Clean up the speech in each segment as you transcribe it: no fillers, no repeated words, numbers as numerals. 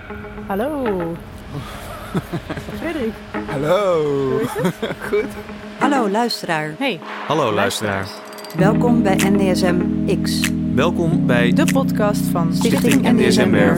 Hallo. Frederik. Hallo. Hoe is het? Goed. Hallo luisteraar. Hey. Hallo luisteraar. Welkom bij NDSM X. Welkom bij De podcast van Stichting NDSM Werf.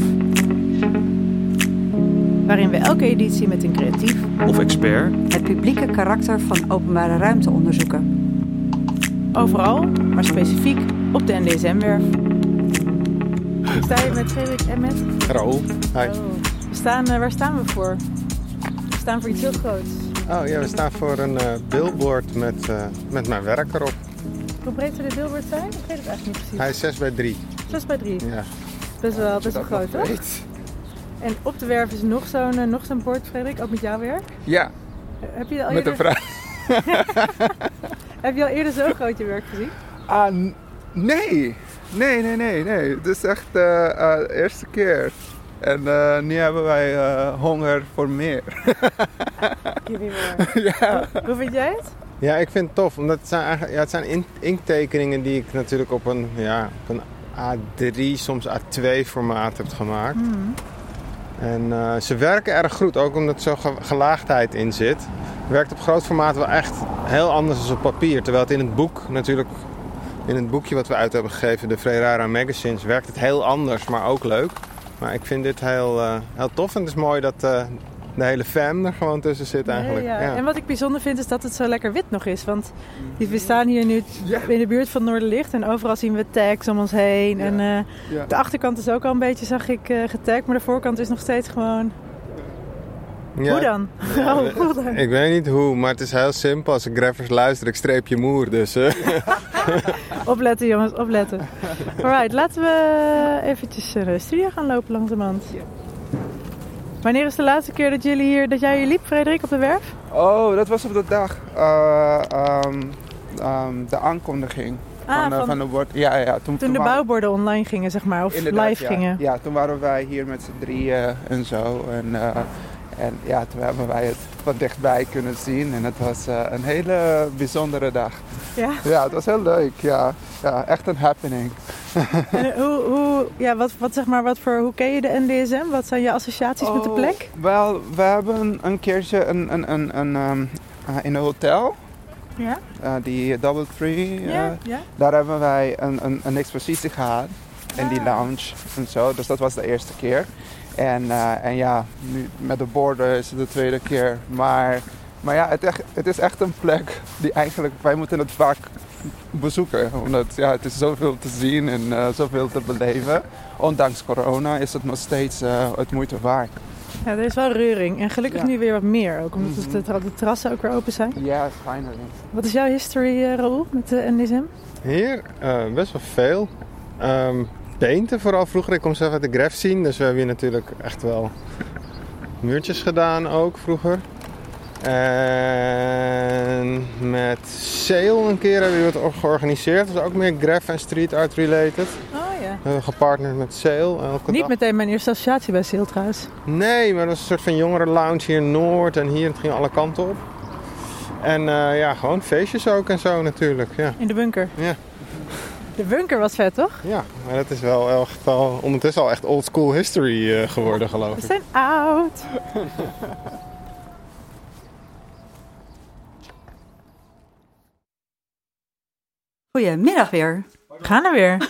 Waarin we elke editie met een creatief Of expert. Het publieke karakter van openbare ruimte onderzoeken. overal, maar specifiek op de NDSM-werf. Ik sta hier met Frederik en met... Raoul. Hi. Waar staan we voor? We staan voor iets heel groots. Oh ja, we staan voor een billboard met mijn werk erop. Hoe breed zou dit billboard zijn? Ik weet het eigenlijk niet precies. Hij is 6 bij 3. 6 bij 3. Ja. Best wel groot, toch? En op de werf is nog zo'n bord, Frederik, ook met jouw werk. Ja, Heb je al met eerder... een vraag. Heb je al eerder zo groot je werk gezien? Nee. Het is echt de eerste keer. En nu hebben wij honger voor meer. Ja. Hoe vind jij het? Ja, ik vind het tof. Omdat het zijn inktekeningen die ik natuurlijk op een A3, soms A2 formaat heb gemaakt. Mm. En ze werken erg goed, ook omdat er zo'n gelaagdheid in zit. Het werkt op groot formaat wel echt heel anders dan op papier. Terwijl het in het boek natuurlijk, in het boekje wat we uit hebben gegeven, de Freirara Magazines, werkt het heel anders, maar ook leuk. Maar ik vind dit heel tof en het is mooi dat de hele fam er gewoon tussen zit eigenlijk. Ja. Ja. En wat ik bijzonder vind is dat het zo lekker wit nog is. Want we staan hier nu in de buurt van Noorderlicht en overal zien we tags om ons heen. Ja. En de achterkant is ook al een beetje, zag ik, getagd. Maar de voorkant is nog steeds gewoon... Ja. Hoe dan? Hoe dan? Ik weet niet hoe, maar het is heel simpel. Als ik Greffers luister, ik streep je moer. Dus, Opletten jongens, opletten. Alright, laten we eventjes naar de studio gaan lopen langzamerhand. Wanneer is de laatste keer dat jij hier liep, Frederik, op de werf? Oh, dat was op de dag. De aankondiging van de bord. Ja, Toen de bouwborden online gingen, zeg maar, of live gingen. Ja, toen waren wij hier met z'n drieën en zo. En ja, toen hebben wij het van dichtbij kunnen zien. En het was een hele bijzondere dag. Ja? Ja, het was heel leuk. Ja, echt een happening. En hoe ken je de NDSM? Wat zijn je associaties met de plek? Wel, we hebben een keertje in een hotel. Ja? Die Doubletree. Ja. Daar hebben wij een expositie gehad. In die lounge en zo. Dus dat was de eerste keer. En ja, nu met de borden is het de tweede keer. Maar ja, het is echt een plek die eigenlijk... Wij moeten het vaak bezoeken. Omdat het is zoveel te zien en zoveel te beleven. Ondanks corona is het nog steeds het moeite waard. Ja, er is wel reuring. En gelukkig nu weer wat meer ook. Omdat de terrassen ook weer open zijn. Ja, finally. Wat is jouw history, Raoul, met de NDSM? Hier, best wel veel. Painten vooral vroeger. Ik kom zelf uit de graf scene, dus we hebben hier natuurlijk echt wel muurtjes gedaan ook vroeger. En met Sail een keer hebben we wat georganiseerd. Dat was ook meer graf en street art related. Oh ja. We hebben gepartnerd met Sail. Niet meteen mijn eerste associatie bij Sail trouwens. Nee, maar dat was een soort van jongere lounge hier in Noord en hier. Het ging alle kanten op. En gewoon feestjes ook en zo natuurlijk. Ja. In de bunker. Ja. De bunker was vet, toch? Ja, maar dat is wel echt ondertussen al echt old school history geworden, geloof ik. We zijn oud. Goedemiddag weer. We gaan er weer.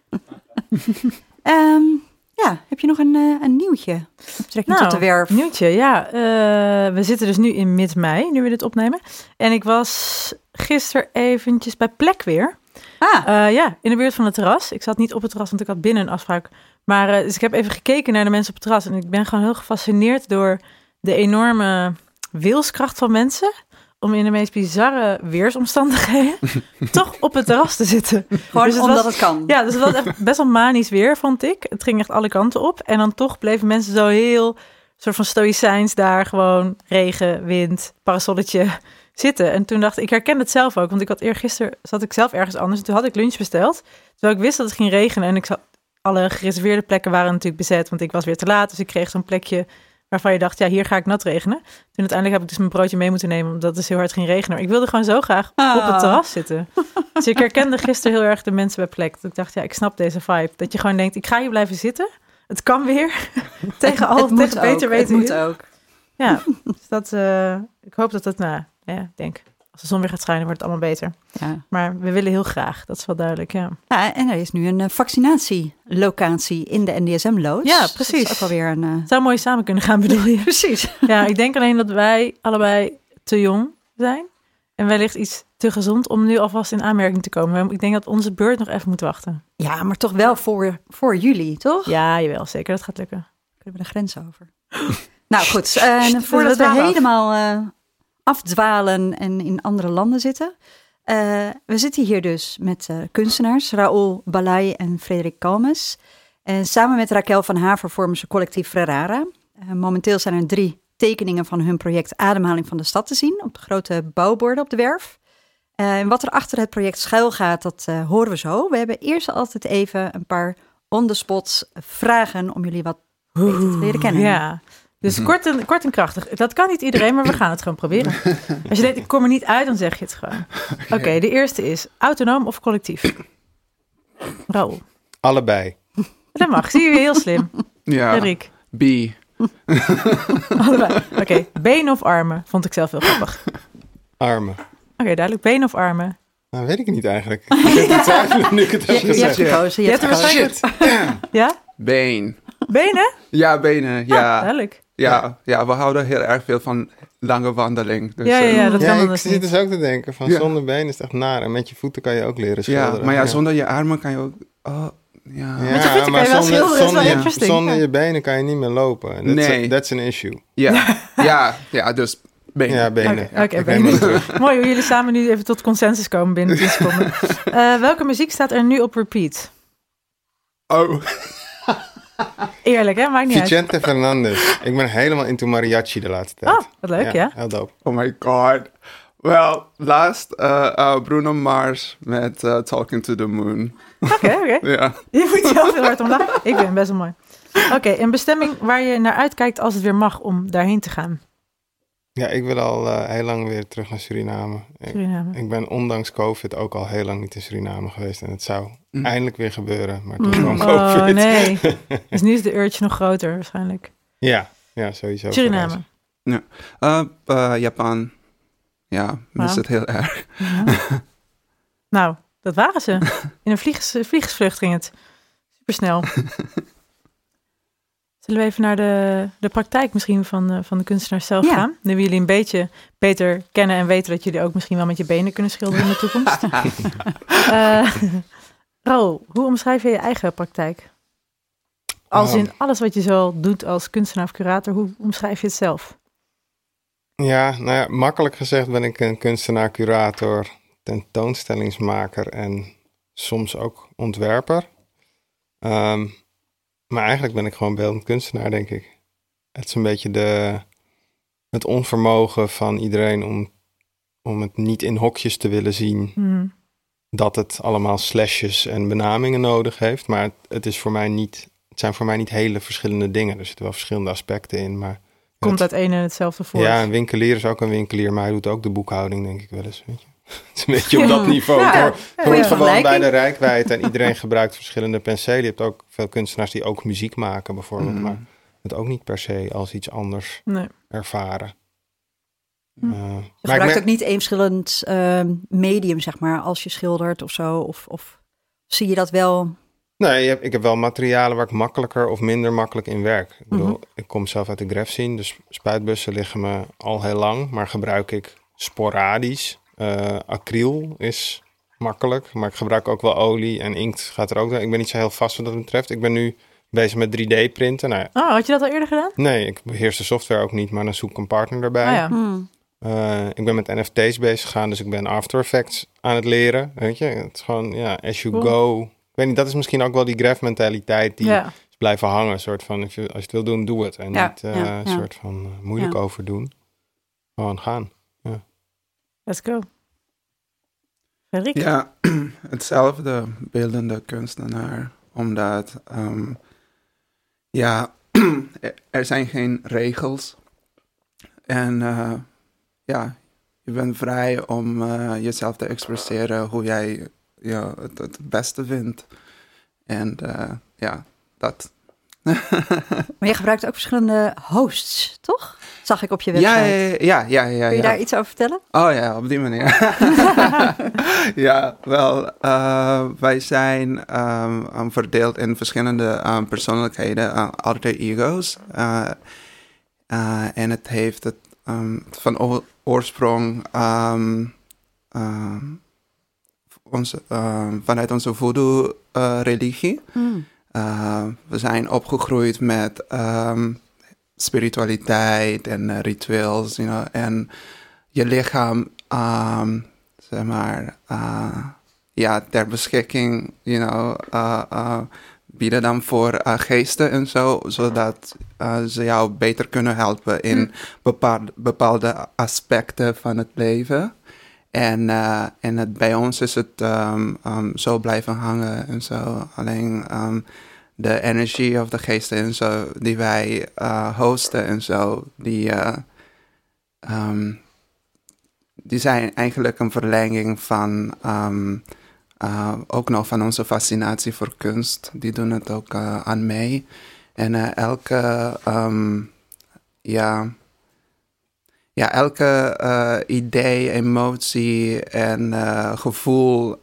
Heb je nog een nieuwtje? Betrekking tot de werf. Nieuwtje, ja. We zitten dus nu in mid-mei, nu we dit opnemen. En ik was gisteren eventjes bij Plek weer. In de buurt van het terras. Ik zat niet op het terras, want ik had binnen een afspraak. Maar dus ik heb even gekeken naar de mensen op het terras. En ik ben gewoon heel gefascineerd door de enorme wilskracht van mensen om in de meest bizarre weersomstandigheden toch op het terras te zitten. Gewoon dus omdat het kan. Ja, dus het was echt best wel manisch weer, vond ik. Het ging echt alle kanten op. En dan toch bleven mensen zo heel soort van stoïcijns daar gewoon regen, wind, parasolletje zitten. En toen dacht ik herken het zelf ook, want ik had eergisteren zat ik zelf ergens anders. En toen had ik lunch besteld, terwijl ik wist dat het ging regenen. En alle gereserveerde plekken waren natuurlijk bezet, want ik was weer te laat. Dus ik kreeg zo'n plekje waarvan je dacht, ja, hier ga ik nat regenen. Toen uiteindelijk heb ik dus mijn broodje mee moeten nemen, omdat het dus heel hard ging regenen. Maar ik wilde gewoon zo graag op het terras zitten. Dus ik herkende gisteren heel erg de mensen bij Plek. Dat ik dacht, ja, ik snap deze vibe. Dat je gewoon denkt, ik ga hier blijven zitten, Het kan weer. tegen al, het moet tegen beter ook, weten. Het moet ook. Ja, dus dat, ik hoop dat het, ik denk, als de zon weer gaat schijnen, wordt het allemaal beter. Ja. Maar we willen heel graag, dat is wel duidelijk, ja. Ja, en er is nu een vaccinatielocatie in de NDSM-loods. Ja, Dus precies. dat is ook alweer een... Het zou mooi samen kunnen gaan, bedoel je? Precies. Ja, ik denk alleen dat wij allebei te jong zijn. En wellicht iets te gezond om nu alvast in aanmerking te komen. Ik denk dat onze beurt nog even moet wachten. Ja, maar toch wel voor jullie, toch? Ja, jawel, zeker. Dat gaat lukken. Kunnen we de grens over. Nou goed, voordat we dwalen af. helemaal afdwalen en in andere landen zitten. We zitten hier dus met kunstenaars Raoul Balay en Frederik Kalmes. En samen met Raquel van Haver vormen ze collectief Ferrara. Momenteel zijn er 3 tekeningen van hun project Ademhaling van de Stad te zien op de grote bouwborden op de werf. En wat er achter het project schuil gaat, dat horen we zo. We hebben eerst altijd even een paar on-the-spot vragen om jullie wat beter te leren kennen. Ja, dus kort en krachtig. Dat kan niet iedereen, maar we gaan het gewoon proberen. Als je denkt, ik kom er niet uit, dan zeg je het gewoon. Oké, de eerste is autonoom of collectief? Raoul. Allebei. Dat mag, zie je heel slim. Ja, Frederik. B. Allebei. Oké, benen of armen? Vond ik zelf heel grappig. Armen. Oké, duidelijk. Benen of armen? Nou, weet ik niet eigenlijk. Ik zit te twijfelen nu ik het heb Je hebt gezegd. gekozen. Je hebt Je hebt er gekozen. Ja? Been. Benen? Ja, benen. Ja. Duidelijk. Ja, we houden heel erg veel van lange wandeling. Dus, Ja, dat Ja, kan ik anders zit niet. dus ook te denken van Ja. zonder benen is het echt naar. En met je voeten kan je ook leren ja, schilderen. maar zonder je armen kan je ook... Oh, ja. Met je voeten kan je wel schilderen, dat is wel interesting. zonder Ja. je benen kan je niet meer lopen. Nee. That's an issue. Ja, dus benen. Ja, benen. Oké, Ik benen. neem het terug. Mooi hoe jullie samen nu even tot consensus komen binnen 10 seconden. Welke muziek staat er nu op repeat? Oh, Eerlijk, hè? Maakt niet uit. Vicente Fernandez. Ik ben helemaal into mariachi de laatste tijd. Oh, wat leuk, ja. Heel dope. oh my god. Well, laatst Bruno Mars met Talking to the Moon. Oké. Ja. Je moet zelf heel hard om lachen. Ik vind het best wel mooi. Oké, een bestemming waar je naar uitkijkt als het weer mag om daarheen te gaan. Ja, ik wil al heel lang weer terug naar Suriname. Suriname. Ik ben ondanks COVID ook al heel lang niet in Suriname geweest. En het zou eindelijk weer gebeuren. Maar toen kwam COVID. Oh, nee. Dus nu is de urge nog groter waarschijnlijk. Ja, sowieso. Suriname. Japan. Ja, mis Wauw. het heel erg. Nou, dat waren ze. In een vliegensvlucht ging het. Supersnel. Zullen we even naar de praktijk misschien van de kunstenaars zelf gaan? Nu we jullie een beetje beter kennen en weten dat jullie ook misschien wel met je benen kunnen schilderen in de toekomst. Raoul, hoe omschrijf je je eigen praktijk? Als in alles wat je zo doet als kunstenaar of curator, hoe omschrijf je het zelf? Ja, nou ja, makkelijk gezegd ben ik een kunstenaar, curator, tentoonstellingsmaker en soms ook ontwerper. Maar eigenlijk ben ik gewoon beeldend kunstenaar, denk ik. Het is een beetje het onvermogen van iedereen om het niet in hokjes te willen zien. Dat het allemaal slashes en benamingen nodig heeft. Maar het zijn voor mij niet hele verschillende dingen. Er zitten wel verschillende aspecten in, maar... Komt uit één en hetzelfde voort. Ja, een winkelier is ook een winkelier, maar hij doet ook de boekhouding, denk ik wel eens. Weet je. Het is een beetje op dat niveau. Ja, Het hoort gewoon bij vergelijking. de reikwijdte en iedereen gebruikt verschillende penselen. Je hebt ook veel kunstenaars die ook muziek maken bijvoorbeeld, maar het ook niet per se als iets anders Nee. ervaren. Je Maar gebruikt ook niet één verschillend medium, zeg maar, als je schildert of zo. Of zie je dat wel? Nee, ik heb wel materialen waar ik makkelijker of minder makkelijk in werk. Ik bedoel, ik kom zelf uit de graf scene, dus spuitbussen liggen me al heel lang, maar gebruik ik sporadisch. Acryl is makkelijk, maar ik gebruik ook wel olie en inkt gaat er ook. Ik ben niet zo heel vast wat dat betreft. Ik ben nu bezig met 3D-printen. Nou, Oh, had je dat al eerder gedaan? nee, ik beheers de software ook niet, maar dan zoek ik een partner erbij. Oh, ja. Ik ben met NFT's bezig gegaan, dus ik ben After Effects aan het leren. Weet je, het is gewoon, ja, as you Cool. go. Ik weet niet, dat is misschien ook wel die graf-mentaliteit die Ja. is blijven hangen. Een soort van, als je het wil doen, doe het. En Ja, niet ja. een soort van moeilijk Ja. over doen. Gewoon gaan. Let's go. Frederik? Ja, hetzelfde beeldende kunstenaar. Omdat, er zijn geen regels. En je bent vrij om jezelf te expresseren hoe jij het beste vindt. En dat Maar je gebruikt ook verschillende hosts, toch? Zag ik op je website. Ja. Kun je daar iets over vertellen? Oh ja, op die manier. Ja, wel, wij zijn verdeeld in verschillende persoonlijkheden, alter ego's. En het heeft het van oorsprong vanuit onze voodoo-religie. We zijn opgegroeid met spiritualiteit en rituals, en je lichaam, zeg maar, ter beschikking, bieden dan voor geesten en zo, zodat ze jou beter kunnen helpen in bepaalde aspecten van het leven. En bij ons is het zo blijven hangen en zo. Alleen de energie of de geesten en zo die wij hosten en zo, die zijn eigenlijk een verlenging van ook nog van onze fascinatie voor kunst. Die doen het ook aan mee. En elke idee, emotie en gevoel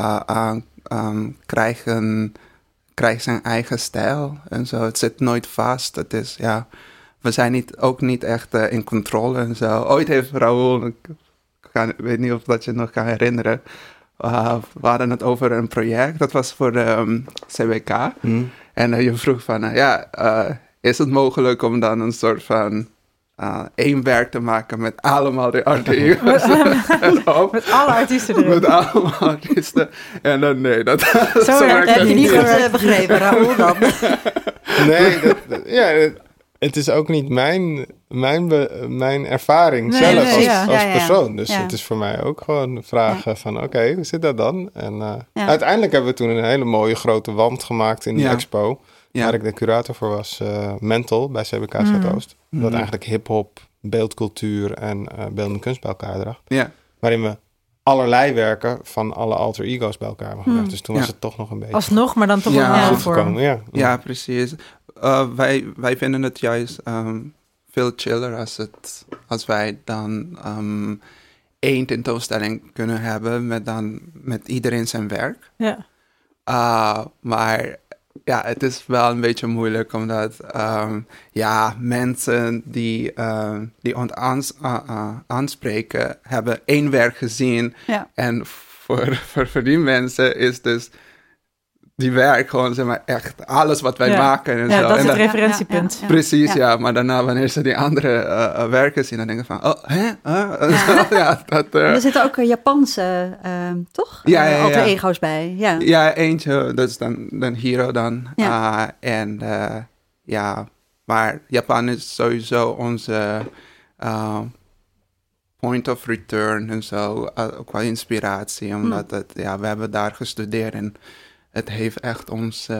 krijgt zijn eigen stijl en zo. Het zit nooit vast. Het is, we zijn ook niet echt in controle en zo. Ooit heeft Raoul, ik weet niet of dat je het nog kan herinneren, we hadden het over een project, dat was voor de CWK. En je vroeg van, is het mogelijk om dan een soort van één werk te maken met allemaal de artiesten? Met alle artiesten erin. Met allemaal artiesten. En dan, nee, dat zo werkt het. Heb je niet goed begrepen, Raoul, dan? Nee, het is ook niet mijn ervaring zelf als persoon. Dus het is voor mij ook gewoon vragen van, oké, hoe zit dat dan? En uiteindelijk hebben we toen een hele mooie grote wand gemaakt in die expo. Waar ik de curator voor was, Mental, bij CBK Zuidoost. Dat eigenlijk hip-hop, beeldcultuur en beeldende kunst bij elkaar draagt. Ja. Waarin we allerlei werken van alle alter ego's bij elkaar hebben gebracht. Dus toen was het toch nog een beetje... Alsnog, maar dan toch wel een goed gekomen, Ja, precies. Wij vinden het juist veel chiller als wij dan één tentoonstelling kunnen hebben met iedereen zijn werk. Ja. Maar het is wel een beetje moeilijk, omdat mensen die ons aanspreken, hebben één werk gezien. Ja. En voor die mensen is dus die werk gewoon, zeg maar, echt alles wat wij maken. En zo. Dat is het referentiepunt. Precies, maar daarna, wanneer ze die andere werken zien, dan denken van, Er zitten ook Japanse, toch? Alter ego's bij. Ja, eentje, dat is dan Hiro dan. Ja. Maar Japan is sowieso onze point of return en zo, qua inspiratie, omdat we hebben daar gestudeerd en het heeft echt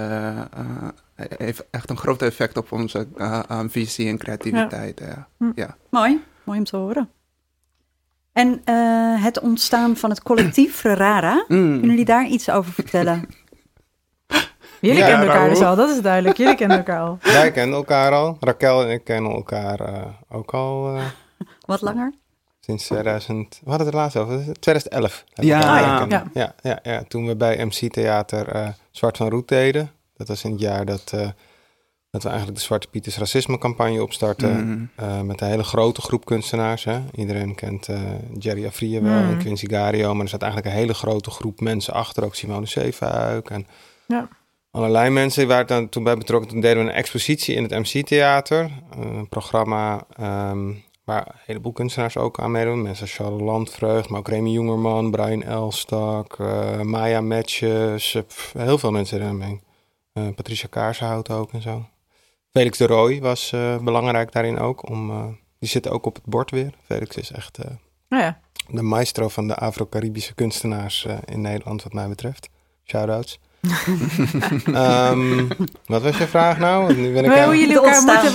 heeft een groot effect op onze visie en creativiteit. Ja. Mooi om te horen. En het ontstaan van het collectief Rara, kunnen jullie daar iets over vertellen? Jullie kennen elkaar dus al, dat is duidelijk. Jullie kennen elkaar al. Wij kennen elkaar al. Raquel en ik kennen elkaar ook al. Wat langer? Sinds 2000, we hadden het er laatst over, 2011. Ja, toen we bij MC Theater Zwart van Roet deden. Dat was in het jaar dat we eigenlijk de Zwarte Pieters racisme campagne opstarten. Met een hele grote groep kunstenaars. Hè. Iedereen kent Jerry Afrië wel en Quincy Gario. Maar er zat eigenlijk een hele grote groep mensen achter. Ook Simone Zeefuik en allerlei mensen die waren daar toen bij betrokken. Toen deden we een expositie in het MC Theater. Een programma waar een heleboel kunstenaars ook aan meedoen. Mensen als Charles Landvreugd, maar ook Remy Jongerman, Brian Elstak, Maya Matches. Heel veel mensen erin mee. Patricia Kaarshout ook en zo. Felix de Rooij was belangrijk daarin ook. Die zit ook op het bord weer. Felix is echt de maestro van de Afro-Caribische kunstenaars in Nederland wat mij betreft. Shout-outs. Wat was je vraag nou? Nu ben ik hoe jullie elkaar moeten...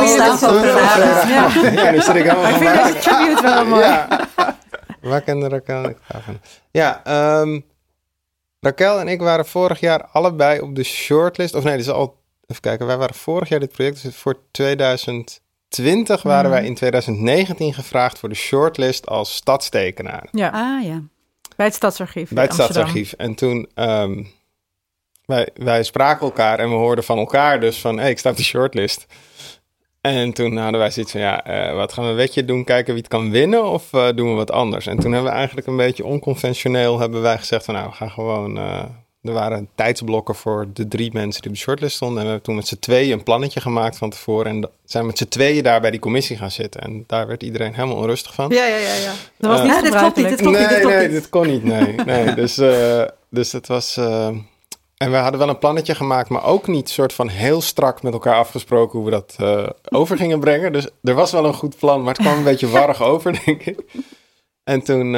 nu zit ik helemaal ik vind deze tribute wel mooi. Waar kende Raquel en ik van? Ja, Raquel en ik waren vorig jaar allebei op de shortlist. Of nee, dat is al even kijken, wij waren vorig jaar dit project, dus voor 2020 waren wij in 2019 gevraagd voor de shortlist als stadstekenaar. Ja. Ah ja. Bij het Stadsarchief. Bij het in Amsterdam. Stadsarchief. En toen, wij spraken elkaar en we hoorden van elkaar dus van, ik sta op de shortlist. En toen hadden wij zoiets van, wat gaan we een wetje doen, kijken wie het kan winnen of doen we wat anders? En toen hebben we eigenlijk een beetje onconventioneel gezegd van, we gaan gewoon... er waren tijdsblokken voor de 3 mensen die op de shortlist stonden. En we hebben toen met z'n tweeën een plannetje gemaakt van tevoren. En zijn met z'n tweeën daar bij die commissie gaan zitten. En daar werd iedereen helemaal onrustig van. Ja. Dat was niet dit klopt niet, dit klopt niet. Nee, dit kon niet, nee. Dus het was... en we hadden wel een plannetje gemaakt, maar ook niet soort van heel strak met elkaar afgesproken hoe we dat over gingen brengen. Dus er was wel een goed plan, maar het kwam een beetje warrig over, denk ik. En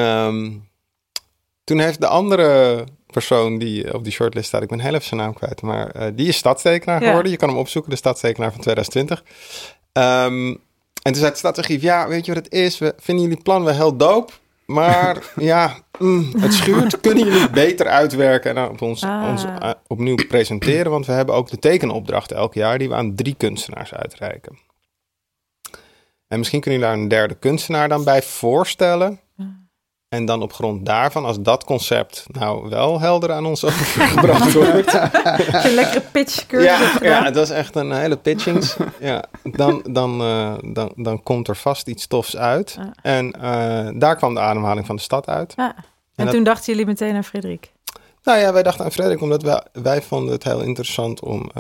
toen heeft de andere persoon die op die shortlist staat, ik ben heel even zijn naam kwijt, maar die is stadstekenaar geworden. Je kan hem opzoeken, de stadstekenaar van 2020. En toen zei het Stadsarchief, weet je wat het is? We vinden jullie plan wel heel dope, maar het schuurt. Kunnen jullie het beter uitwerken en ons opnieuw presenteren? Want we hebben ook de tekenopdrachten elk jaar die we aan 3 kunstenaars uitreiken. En misschien kunnen jullie daar een derde kunstenaar dan bij voorstellen. En dan op grond daarvan, als dat concept nou wel helder aan ons overgebracht wordt. Een lekkere pitchcursus. Ja, het was echt een hele pitchings. Ja, dan komt er vast iets tofs uit. En daar kwam de ademhaling van de stad uit. En toen dachten jullie meteen aan Frederik? Nou ja, wij dachten aan Frederik omdat wij vonden het heel interessant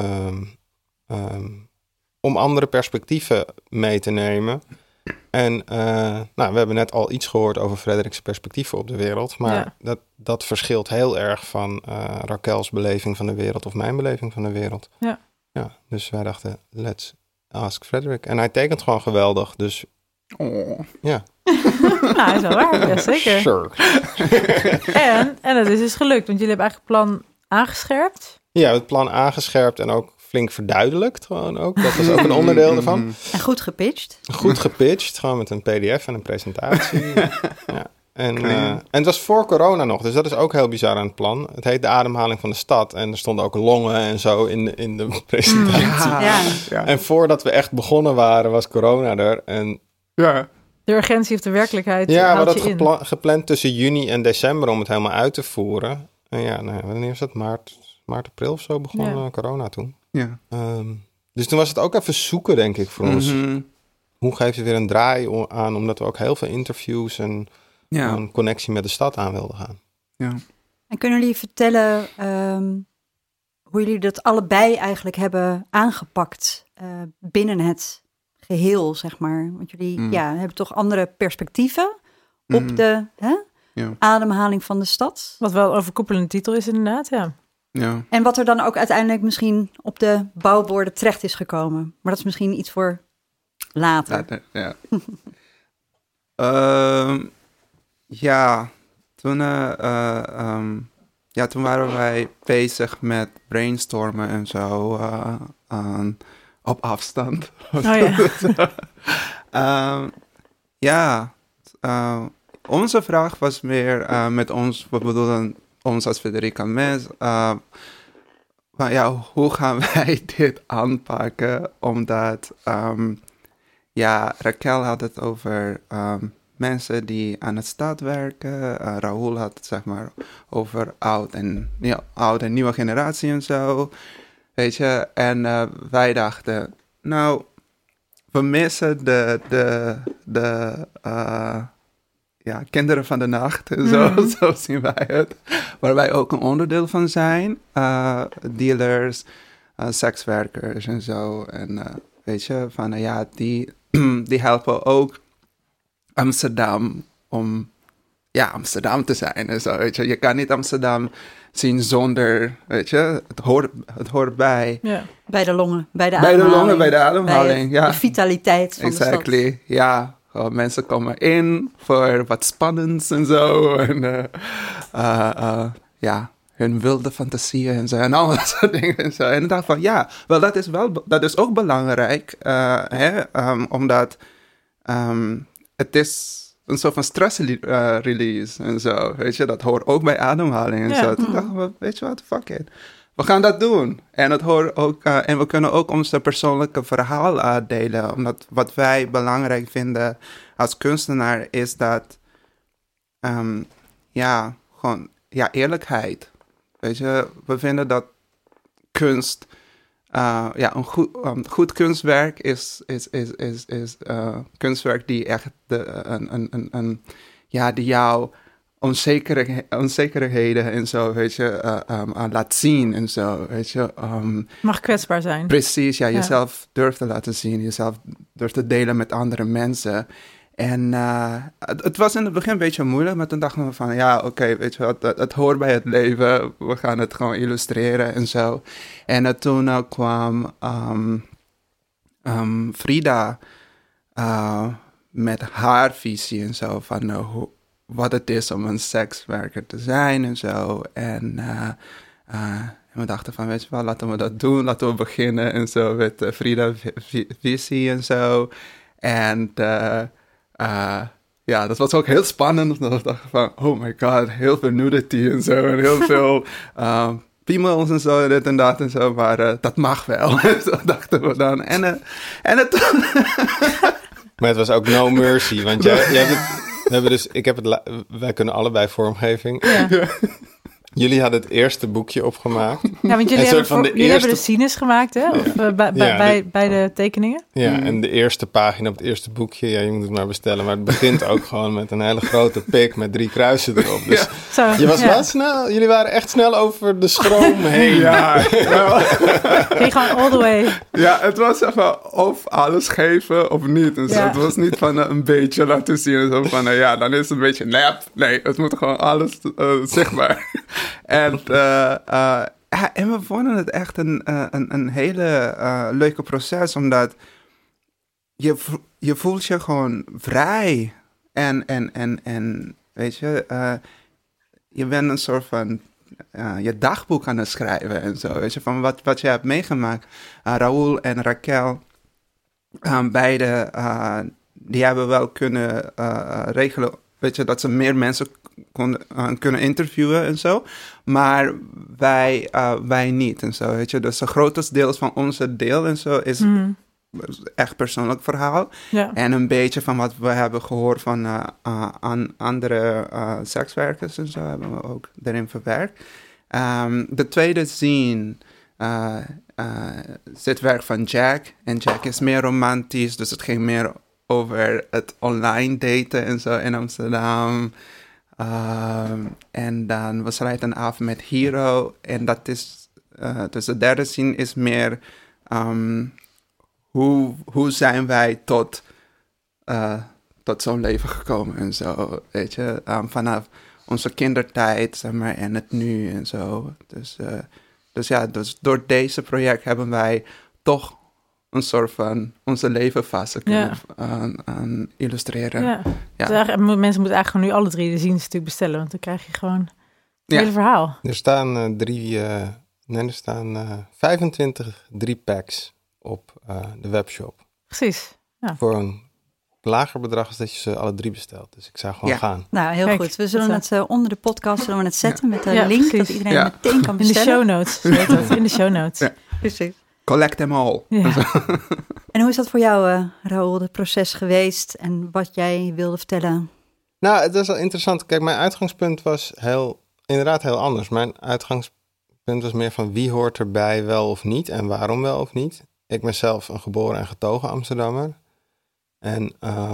om andere perspectieven mee te nemen. En we hebben net al iets gehoord over Frederik's perspectieven op de wereld. Maar dat verschilt heel erg van Raquel's beleving van de wereld of mijn beleving van de wereld. Ja, dus wij dachten, let's ask Frederik. En hij tekent gewoon geweldig, dus ja. Nou, is wel waar, ja, zeker. Sure. En het is dus gelukt, want jullie hebben eigenlijk het plan aangescherpt. Ja, het plan aangescherpt en ook flink verduidelijkt gewoon ook. Dat was ook een onderdeel ervan. En goed gepitcht. Goed gepitcht, gewoon met een pdf en een presentatie. Ja. En het was voor corona nog, dus dat is ook heel bizar aan het plan. Het heet de ademhaling van de stad en er stonden ook longen en zo in de presentatie. Ja. En voordat we echt begonnen waren, was corona er. En de urgentie of de werkelijkheid. Ja, we hadden dat gepland tussen juni en december om het helemaal uit te voeren. En wanneer is dat? Maart, april of zo begon corona toen. Ja. Dus toen was het ook even zoeken, denk ik, voor ons. Hoe geef je weer een draai aan, omdat we ook heel veel interviews en een connectie met de stad aan wilden gaan. Ja. En kunnen jullie vertellen hoe jullie dat allebei eigenlijk hebben aangepakt binnen het geheel, zeg maar? Want jullie hebben toch andere perspectieven op de ademhaling van de stad. Wat wel een overkoepelende titel is inderdaad, ja. En wat er dan ook uiteindelijk misschien op de bouwborden terecht is gekomen. Maar dat is misschien iets voor later. Toen waren wij bezig met brainstormen en zo op afstand. Onze vraag was meer met ons, we bedoelen ons als Federica Mes, hoe gaan wij dit aanpakken? Omdat, Raquel had het over mensen die aan het stad werken. Raoul had het, zeg maar, over oud en nieuwe generatie en zo. Weet je, en wij dachten, we missen de kinderen van de nacht, zo zien wij het. Waar wij ook een onderdeel van zijn. Dealers, sekswerkers en zo. En weet je, van die helpen ook Amsterdam om Amsterdam te zijn en zo. Weet je, je kan niet Amsterdam zien zonder, weet je, het hoort bij. Ja. Bij de longen, bij de ademhaling. Bij de ademhaling, de vitaliteit van de stad. Exactly, ja. Mensen komen in voor wat spannends en zo. En hun wilde fantasieën en zo. En al dat soort dingen en zo. En ik dacht van, dat is ook belangrijk. Omdat het is een soort van stress release en zo. Weet je, dat hoort ook bij ademhaling en zo. Toen dachten we, weet je wat, fuck it. we gaan dat doen. En, en we kunnen ook onze persoonlijke verhaal delen. Omdat wat wij belangrijk vinden als kunstenaar is dat... eerlijkheid. Weet je, we vinden dat kunst... een goed kunstwerk is kunstwerk die echt die jou onzekerheden en zo, weet je, laat zien en zo, weet je. Mag kwetsbaar zijn. Precies, jezelf durft te laten zien, jezelf durft te delen met andere mensen. En het was in het begin een beetje moeilijk, maar toen dachten we van, oké, weet je wat, het hoort bij het leven. We gaan het gewoon illustreren en zo. En toen kwam Frida met haar visie en zo van wat het is om een sekswerker te zijn en zo. En we dachten van, weet je wel, laten we dat doen. Laten we beginnen en zo met Frida's visie en zo. En... dat was ook heel spannend. We dachten van, oh my god, heel veel nudity en zo. En heel veel piemels en zo, dit en dat en zo. Maar dat mag wel. Zo dachten we dan. Maar het was ook no mercy. Want wij kunnen allebei vormbeelden. Ja. Jullie hadden het eerste boekje opgemaakt. Ja, want jullie hebben de sinus gemaakt, hè? Of bij de tekeningen. Ja, en de eerste pagina op het eerste boekje, je moet het maar bestellen. Maar het begint ook gewoon met een hele grote pik met 3 kruisen erop. Dus je was wel snel. Jullie waren echt snel over de schroom heen. Ja. Ging gewoon all the way. Ja, het was even of alles geven of niet. En zo. Het was niet van een beetje laten zien. En zo van, dan is het een beetje nep. Nee, het moet gewoon alles zichtbaar. En we vonden het echt een hele leuke proces, omdat je voelt je gewoon vrij. En weet je, je bent een soort van je dagboek aan het schrijven en zo. Weet je, van wat je hebt meegemaakt. Raoul en Raquel, beide, die hebben wel kunnen regelen, weet je, dat ze meer mensen kunnen interviewen en zo. Maar wij niet en zo, weet je. Dus het grootste deel van onze deel en zo is echt persoonlijk verhaal. Ja. En een beetje van wat we hebben gehoord van andere sekswerkers en zo hebben we ook erin verwerkt. De tweede scene is het werk van Jack. En Jack is meer romantisch, dus het ging meer over het online daten en zo in Amsterdam. En dan we sluiten af met Hero. En dat is, dus de derde scene is meer, hoe zijn wij tot zo'n leven gekomen en zo, weet je. Vanaf onze kindertijd, zeg maar, en het nu en zo. Dus door deze project hebben wij toch een soort van onze levenfase kunnen aan illustreren. Ja. Dus mensen moeten eigenlijk nu alle 3 de zines natuurlijk bestellen, want dan krijg je gewoon het hele verhaal. Er staan 25 3-packs op de webshop. Precies. Ja. Voor een lager bedrag als dat je ze alle 3 bestelt. Dus ik zou gewoon gaan. Nou, heel goed. We zullen het onder de podcast zullen we het zetten met een link dat iedereen meteen kan bestellen. In de show notes. In de show notes. Ja. Precies. Collect them all. Ja. En hoe is dat voor jou, Raoul, het proces geweest en wat jij wilde vertellen? Nou, het is wel interessant. Kijk, mijn uitgangspunt was inderdaad heel anders. Mijn uitgangspunt was meer van wie hoort erbij wel of niet en waarom wel of niet. Ik ben zelf een geboren en getogen Amsterdammer. En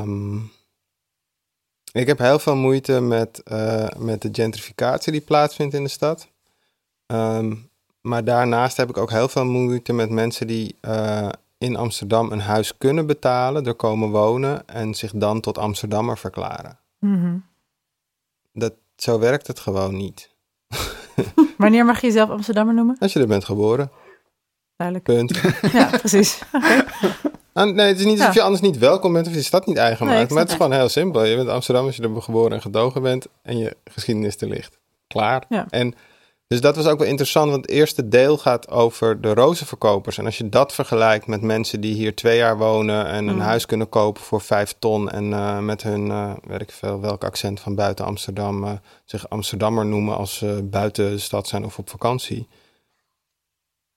ik heb heel veel moeite met de gentrificatie die plaatsvindt in de stad. Maar daarnaast heb ik ook heel veel moeite met mensen die in Amsterdam een huis kunnen betalen, er komen wonen en zich dan tot Amsterdammer verklaren. Mm-hmm. Zo werkt het gewoon niet. Wanneer mag je jezelf Amsterdammer noemen? Als je er bent geboren. Duidelijk. Punt. Ja, precies. Okay. Nee, het is niet alsof je anders niet welkom bent of je stad niet eigen maakt. Maar het is gewoon heel simpel. Je bent Amsterdam als je er geboren en getogen bent en je geschiedenis er ligt. Klaar. Ja. En dus dat was ook wel interessant, want het eerste deel gaat over de rozenverkopers. En als je dat vergelijkt met mensen die hier 2 jaar wonen en een huis kunnen kopen voor 5 ton... en met hun, weet ik veel, welk accent van buiten Amsterdam zich Amsterdammer noemen als ze buiten de stad zijn of op vakantie.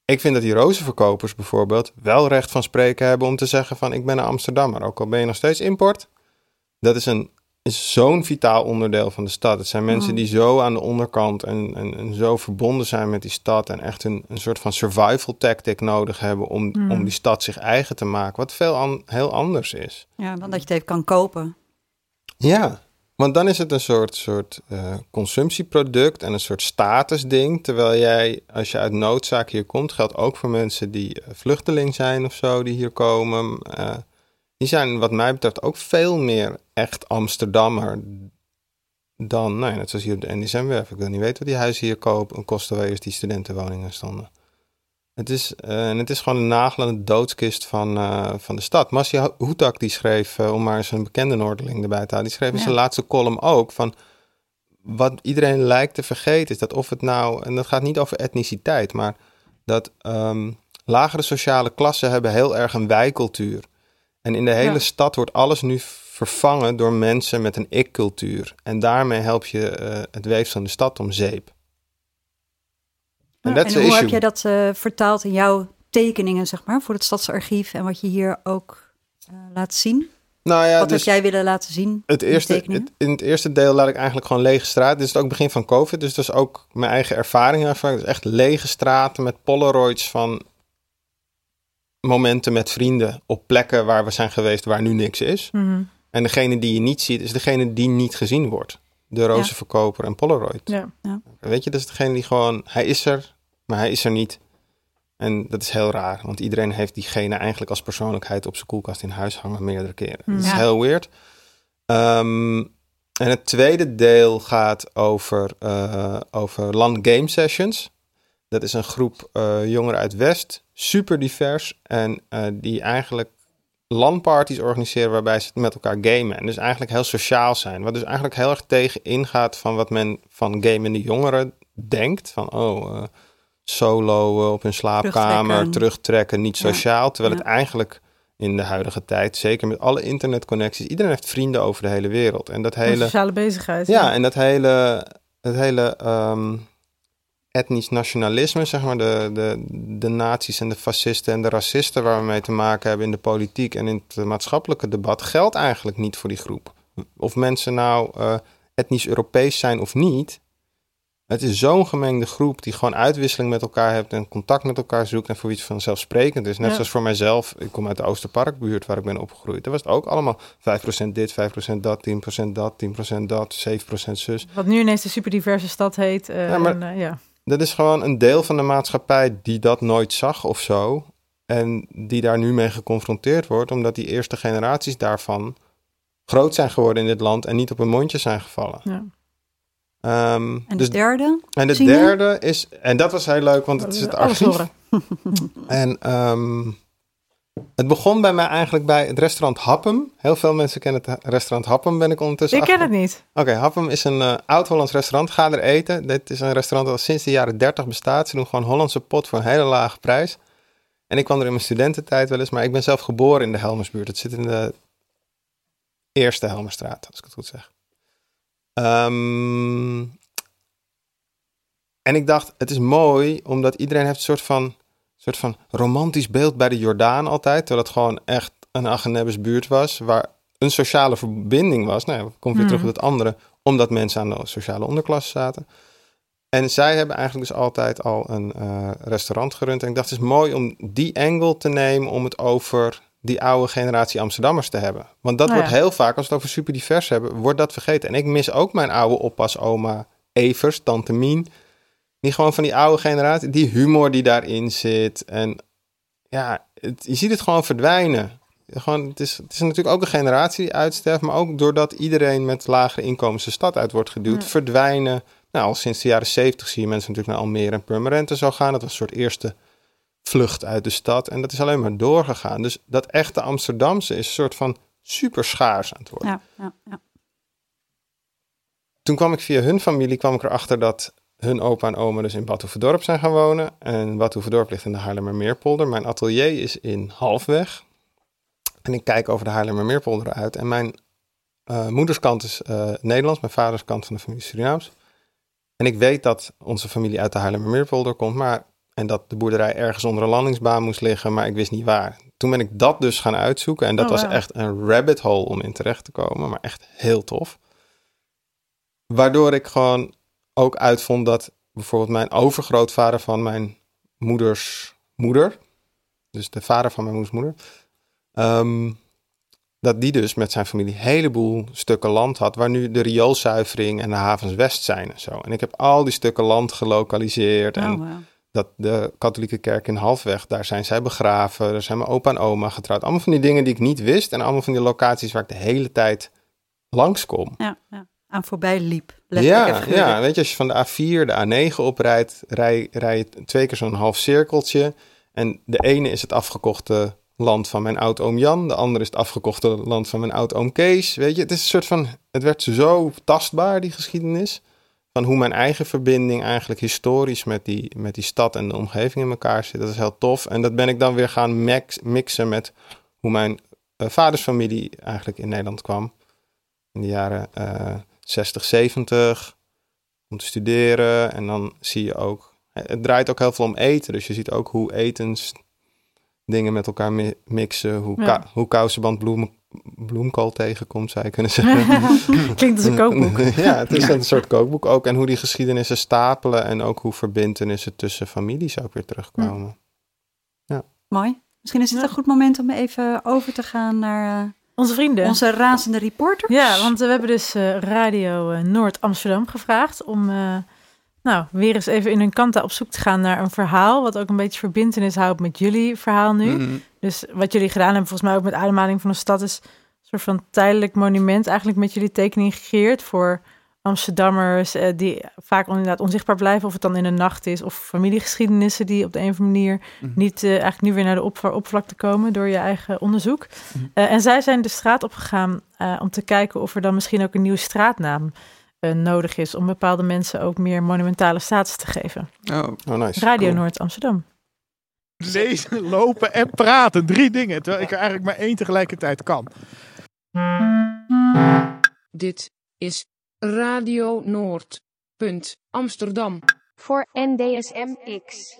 Ik vind dat die rozenverkopers bijvoorbeeld wel recht van spreken hebben om te zeggen van ik ben een Amsterdammer. Ook al ben je nog steeds import. Dat is zo'n vitaal onderdeel van de stad. Het zijn mensen die zo aan de onderkant en zo verbonden zijn met die stad. En echt een soort van survival tactic nodig hebben om die stad zich eigen te maken. Wat heel anders is. Ja, dan dat je het even kan kopen. Ja, want dan is het een soort consumptieproduct en een soort statusding. Terwijl jij, als je uit noodzaak hier komt, geldt ook voor mensen die vluchteling zijn of zo, die hier komen. Die zijn wat mij betreft ook veel meer echt Amsterdammer dan, net zoals hier op de NSM-werf. Ik wil niet weten wat die huizen hier kosten waar eerst die studentenwoningen stonden. Het is gewoon een nagelende doodskist van de stad. Masih Houtak die schreef, om maar eens een bekende Noorderling erbij te halen, die schreef in zijn laatste column ook van wat iedereen lijkt te vergeten is dat of het nou, en dat gaat niet over etniciteit, maar dat lagere sociale klassen hebben heel erg een wij-cultuur. En in de hele stad wordt alles nu vervangen door mensen met een ik-cultuur. En daarmee help je het weefsel van de stad om zeep. En hoe heb jij dat vertaald in jouw tekeningen, zeg maar, voor het Stadsarchief en wat je hier ook laat zien? Nou ja, wat heb jij willen laten zien? In het eerste deel laat ik eigenlijk gewoon lege straat. Dit is ook het begin van COVID, dus dat is ook mijn eigen ervaring daarvan. Het is echt lege straten met polaroids van momenten met vrienden op plekken waar we zijn geweest waar nu niks is. Mm-hmm. En degene die je niet ziet, is degene die niet gezien wordt. De rozenverkoper en Polaroid. Ja. Ja. Weet je, dat is degene die gewoon, hij is er, maar hij is er niet. En dat is heel raar, want iedereen heeft diegene eigenlijk als persoonlijkheid op zijn koelkast in huis hangen meerdere keren. Dat is heel weird. En het tweede deel gaat over LAN Game Sessions. Dat is een groep jongeren uit West, super divers. En die eigenlijk LAN-parties organiseren waarbij ze met elkaar gamen. En dus eigenlijk heel sociaal zijn. Wat dus eigenlijk heel erg tegen ingaat van wat men van gamende jongeren denkt. Van solo op hun slaapkamer, terugtrekken, niet sociaal. Terwijl het eigenlijk in de huidige tijd, zeker met alle internetconnecties, iedereen heeft vrienden over de hele wereld. En dat hele sociale bezigheid. Ja, en dat hele etnisch nationalisme, zeg maar, de nazi's en de fascisten en de racisten waar we mee te maken hebben in de politiek en in het maatschappelijke debat, geldt eigenlijk niet voor die groep. Of mensen nou etnisch Europees zijn of niet. Het is zo'n gemengde groep die gewoon uitwisseling met elkaar heeft en contact met elkaar zoekt en voor iets vanzelfsprekend is. Net zoals voor mijzelf. Ik kom uit de Oosterparkbuurt waar ik ben opgegroeid. Daar was het ook allemaal 5% dit, 5% dat, 10% dat, 10% dat, 7% zus. Wat nu ineens de superdiverse stad heet. Dat is gewoon een deel van de maatschappij die dat nooit zag of zo. En die daar nu mee geconfronteerd wordt, omdat die eerste generaties daarvan groot zijn geworden in dit land en niet op hun mondje zijn gevallen. Ja. En de derde? En de derde is, en dat was heel leuk, want het is het archief. En het begon bij mij eigenlijk bij het restaurant Happem. Heel veel mensen kennen het restaurant Happem, ben ik ondertussen Ik ken het niet. Oké, Happem is een oud-Hollands restaurant. Ga er eten. Dit is een restaurant dat sinds de jaren 30 bestaat. Ze doen gewoon Hollandse pot voor een hele lage prijs. En ik kwam er in mijn studententijd wel eens, maar ik ben zelf geboren in de Helmersbuurt. Het zit in de eerste Helmerstraat, als ik het goed zeg. En ik dacht, het is mooi, omdat iedereen heeft een soort van romantisch beeld bij de Jordaan altijd. Terwijl het gewoon echt een Aggenebbes buurt was, waar een sociale verbinding was. Nou ja, kom weer terug op het andere, omdat mensen aan de sociale onderklasse zaten. En zij hebben eigenlijk dus altijd al een restaurant gerund. En ik dacht, het is mooi om die angle te nemen om het over die oude generatie Amsterdammers te hebben. Want dat wordt heel vaak, als we het over superdivers hebben, wordt dat vergeten. En ik mis ook mijn oude oppas-oma Evers, tante Mien. Die gewoon van die oude generatie, die humor die daarin zit. En ja, je ziet het gewoon verdwijnen. Het is natuurlijk ook een generatie die uitsterft, maar ook doordat iedereen met lagere inkomens de stad uit wordt geduwd, verdwijnen. Nou, al sinds de jaren 70 zie je mensen natuurlijk naar Almere en Purmerend zo gaan. Dat was een soort eerste vlucht uit de stad. En dat is alleen maar doorgegaan. Dus dat echte Amsterdamse is een soort van super schaars aan het worden. Ja. Toen kwam ik via hun familie erachter dat hun opa en oma dus in Bad Hoeverdorp zijn gaan wonen. En Bad Hoeverdorp ligt in de Haarlemmermeerpolder. Mijn atelier is in Halfweg. En ik kijk over de Haarlemmermeerpolder uit. En mijn moederskant is Nederlands. Mijn vaders kant van de familie Surinaams. En ik weet dat onze familie uit de Haarlemmermeerpolder komt. Maar En dat de boerderij ergens onder een landingsbaan moest liggen, maar ik wist niet waar. Toen ben ik dat dus gaan uitzoeken. En dat was echt een rabbit hole om in terecht te komen. Maar echt heel tof. Waardoor ik gewoon ook uitvond dat bijvoorbeeld mijn overgrootvader van mijn moeders moeder, dus de vader van mijn moeders moeder, dat die dus met zijn familie een heleboel stukken land had, waar nu de rioolzuivering en de havens West zijn en zo. En ik heb al die stukken land gelokaliseerd. Dat de katholieke kerk in Halfweg, daar zijn zij begraven. Daar zijn mijn opa en oma getrouwd. Allemaal van die dingen die ik niet wist. En allemaal van die locaties waar ik de hele tijd langskom. Ja. Aan voorbij liep. Ja, weet je, als je van de A4 de A9 oprijdt, rij je 2 keer zo'n half cirkeltje. En de ene is het afgekochte land van mijn oud-oom Jan. De andere is het afgekochte land van mijn oud-oom Kees. Weet je, het is een soort van, het werd zo tastbaar, die geschiedenis. Van hoe mijn eigen verbinding eigenlijk historisch met die stad en de omgeving in elkaar zit. Dat is heel tof. En dat ben ik dan weer gaan mixen met hoe mijn vaders familie eigenlijk in Nederland kwam. In de jaren 60, 70. Om te studeren. En dan zie je ook, het draait ook heel veel om eten. Dus je ziet ook hoe etensdingen met elkaar mixen. Hoe kousenband bloemkool tegenkomt, zou je kunnen zeggen. Klinkt als een kookboek. Ja, het is een soort kookboek ook. En hoe die geschiedenissen stapelen en ook hoe verbintenissen tussen families ook weer terugkomen. Ja. Mooi. Misschien is het een goed moment om even over te gaan naar onze vrienden. Onze razende reporters. Ja, want we hebben dus Radio Noord Amsterdam gevraagd om weer eens even in hun kanta op zoek te gaan naar een verhaal wat ook een beetje verbintenis houdt met jullie verhaal nu. Mm-hmm. Dus wat jullie gedaan hebben, volgens mij ook met Ademhaling van de Stad, is een soort van tijdelijk monument eigenlijk met jullie tekening gecreëerd voor Amsterdammers die vaak inderdaad onzichtbaar blijven, of het dan in de nacht is, of familiegeschiedenissen die op de een of andere manier niet eigenlijk nu weer naar de oppervlakte komen door je eigen onderzoek. En zij zijn de straat opgegaan om te kijken of er dan misschien ook een nieuwe straatnaam nodig is om bepaalde mensen ook meer monumentale status te geven. Oh nice. Radio Noord Amsterdam. Lezen, lopen en praten. 3 dingen, terwijl ik er eigenlijk maar 1 tegelijkertijd kan. Dit is Radio Noord. Amsterdam. Voor NDSM-X.